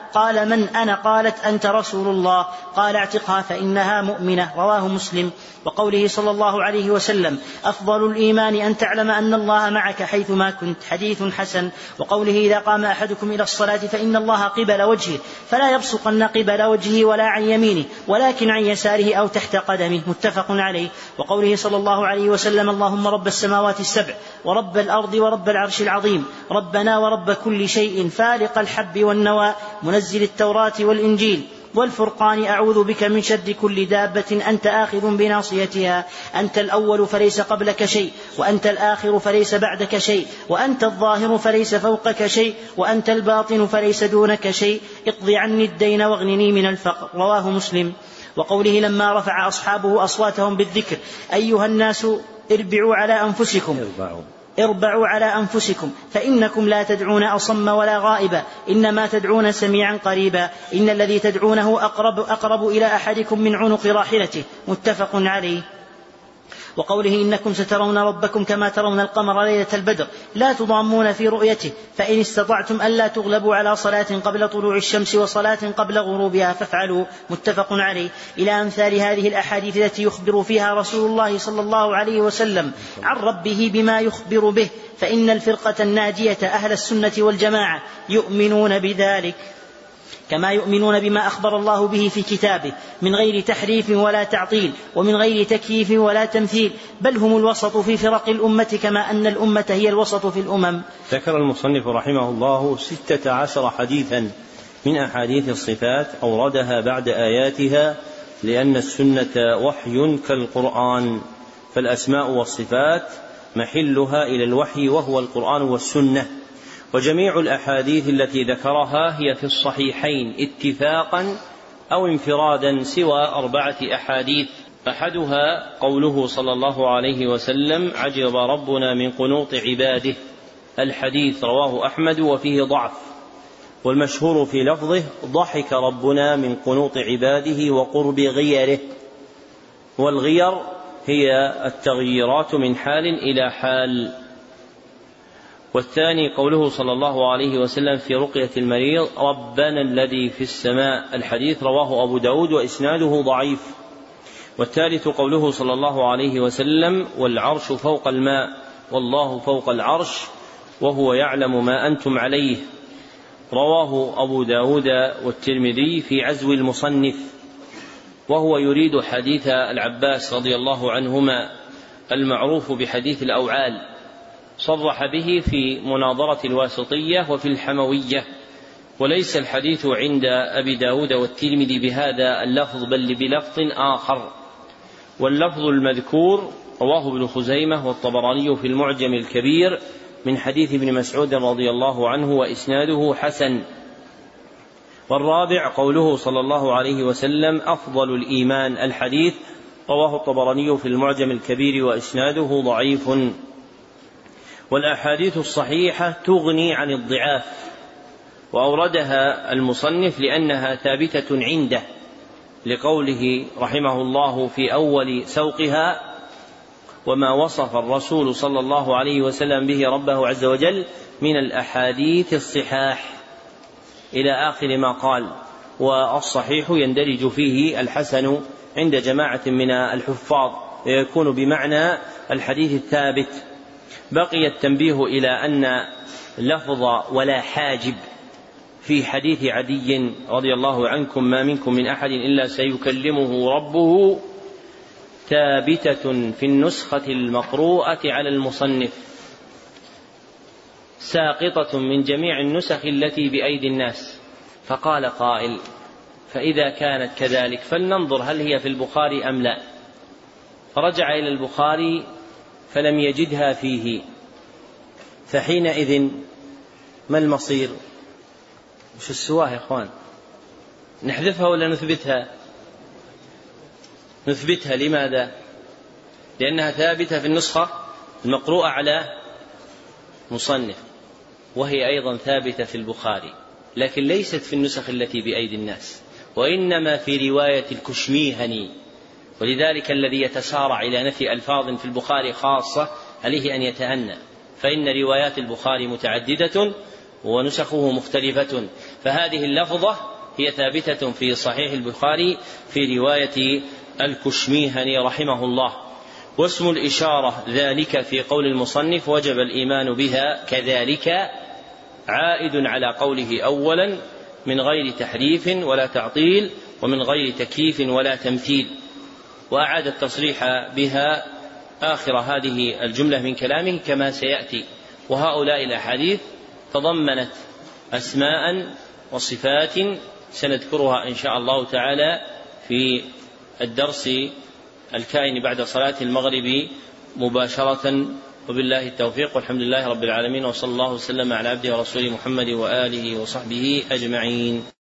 قال من أنا؟ قالت أنت رسول الله. قال اعتقها فإنها مؤمنة. رواه مسلم. وقوله صلى الله عليه وسلم أفضل الإيمان أن تعلم أن الله معك حيثما كنت، حديث حسن. وقوله إذا قام أحدكم إلى الصلاة فإن الله قبل وجهه فلا يبصقن قبل وجهه ولا عن يمينه ولكن عن يساره أو تحت قدمه، متفق عليه. وقوله صلى الله عليه وسلم اللهم رب السماوات السبع ورب الأرض ورب العرش العظيم ربنا ورب كل شيء فالق الحب والنوى منزل التوراة والإنجيل والفرقان أعوذ بك من شر كل دابة أنت آخذ بناصيتها، أنت الأول فليس قبلك شيء وأنت الآخر فليس بعدك شيء وأنت الظاهر فليس فوقك شيء وأنت الباطن فليس دونك شيء، اقض عني الدين واغنني من الفقر. رواه مسلم. وقوله لما رفع أصحابه أصواتهم بالذكر أيها الناس اربعوا على أنفسكم اربعوا على أنفسكم فإنكم لا تدعون أصم ولا غائبا إنما تدعون سميعا قريبا إن الذي تدعونه أقرب, أقرب إلى أحدكم من عنق راحلته، متفق عليه. وقوله إنكم سترون ربكم كما ترون القمر ليلة البدر لا تضامون في رؤيته فإن استطعتم ألا تغلبوا على صلاة قبل طلوع الشمس وصلاة قبل غروبها فافعلوا، متفق عليه. إلى أمثال هذه الأحاديث التي يخبر فيها رسول الله صلى الله عليه وسلم عن ربه بما يخبر به، فإن الفرقة الناجية أهل السنة والجماعة يؤمنون بذلك كما يؤمنون بما أخبر الله به في كتابه من غير تحريف ولا تعطيل ومن غير تكييف ولا تمثيل، بل هم الوسط في فرق الأمة كما أن الأمة هي الوسط في الأمم. ذكر المصنف رحمه الله ستة عشر حديثا من أحاديث الصفات أوردها بعد آياتها، لأن السنة وحي كالقرآن، فالأسماء والصفات محلها إلى الوحي وهو القرآن والسنة. وجميع الأحاديث التي ذكرها هي في الصحيحين اتفاقا أو انفرادا سوى أربعة أحاديث. أحدها قوله صلى الله عليه وسلم عجب ربنا من قنوط عباده، الحديث رواه أحمد وفيه ضعف، والمشهور في لفظه ضحك ربنا من قنوط عباده وقرب غيره، والغير هي التغييرات من حال إلى حال. والثاني قوله صلى الله عليه وسلم في رقية المريض ربنا الذي في السماء، الحديث رواه أبو داود وإسناده ضعيف. والثالث قوله صلى الله عليه وسلم والعرش فوق الماء والله فوق العرش وهو يعلم ما أنتم عليه، رواه أبو داود والترمذي في عزو المصنف، وهو يريد حديث العباس رضي الله عنهما المعروف بحديث الأوعال، صرح به في مناظرة الواسطية وفي الحموية، وليس الحديث عند أبي داود والترمذي بهذا اللفظ بل بلفظ آخر. واللفظ المذكور رواه ابن خزيمة والطبراني في المعجم الكبير من حديث ابن مسعود رضي الله عنه وإسناده حسن. والرابع قوله صلى الله عليه وسلم أفضل الإيمان، الحديث رواه الطبراني في المعجم الكبير وإسناده ضعيف. والأحاديث الصحيحة تغني عن الضعاف، وأوردها المصنف لأنها ثابتة عنده، لقوله رحمه الله في أول سوقها وما وصف الرسول صلى الله عليه وسلم به ربه عز وجل من الأحاديث الصحاح إلى آخر ما قال. والصحيح يندرج فيه الحسن عند جماعة من الحفاظ يكون بمعنى الحديث الثابت. بقي التنبيه إلى أن لفظ ولا حاجب في حديث عدي رضي الله عنكم ما منكم من أحد إلا سيكلمه ربه ثابتة في النسخة المقروءة على المصنف، ساقطة من جميع النسخ التي بأيدي الناس. فقال قائل فإذا كانت كذلك فلننظر هل هي في البخاري أم لا، فرجع إلى البخاري فلم يجدها فيه، فحينئذ ما المصير؟ مش السواه يا إخوان، نحذفها ولا نثبتها؟ نثبتها. لماذا؟ لأنها ثابتة في النسخة المقروءة على مصنف، وهي أيضا ثابتة في البخاري، لكن ليست في النسخ التي بأيدي الناس، وإنما في رواية الكشميهني. ولذلك الذي يتسارع إلى نفي ألفاظ في البخاري خاصة عليه أن يتأنى، فإن روايات البخاري متعددة ونسخه مختلفة، فهذه اللفظة هي ثابتة في صحيح البخاري في رواية الكشميهني رحمه الله. واسم الإشارة ذلك في قول المصنف وجب الإيمان بها كذلك عائد على قوله أولا من غير تحريف ولا تعطيل ومن غير تكييف ولا تمثيل، وأعاد التصريح بها آخر هذه الجملة من كلامه كما سيأتي. وهؤلاء الأحاديث تضمنت أسماء وصفات سنذكرها إن شاء الله تعالى في الدرس الكائن بعد صلاة المغرب مباشرة، وبالله التوفيق، والحمد لله رب العالمين، وصلى الله وسلم على عبده ورسوله محمد وآله وصحبه أجمعين.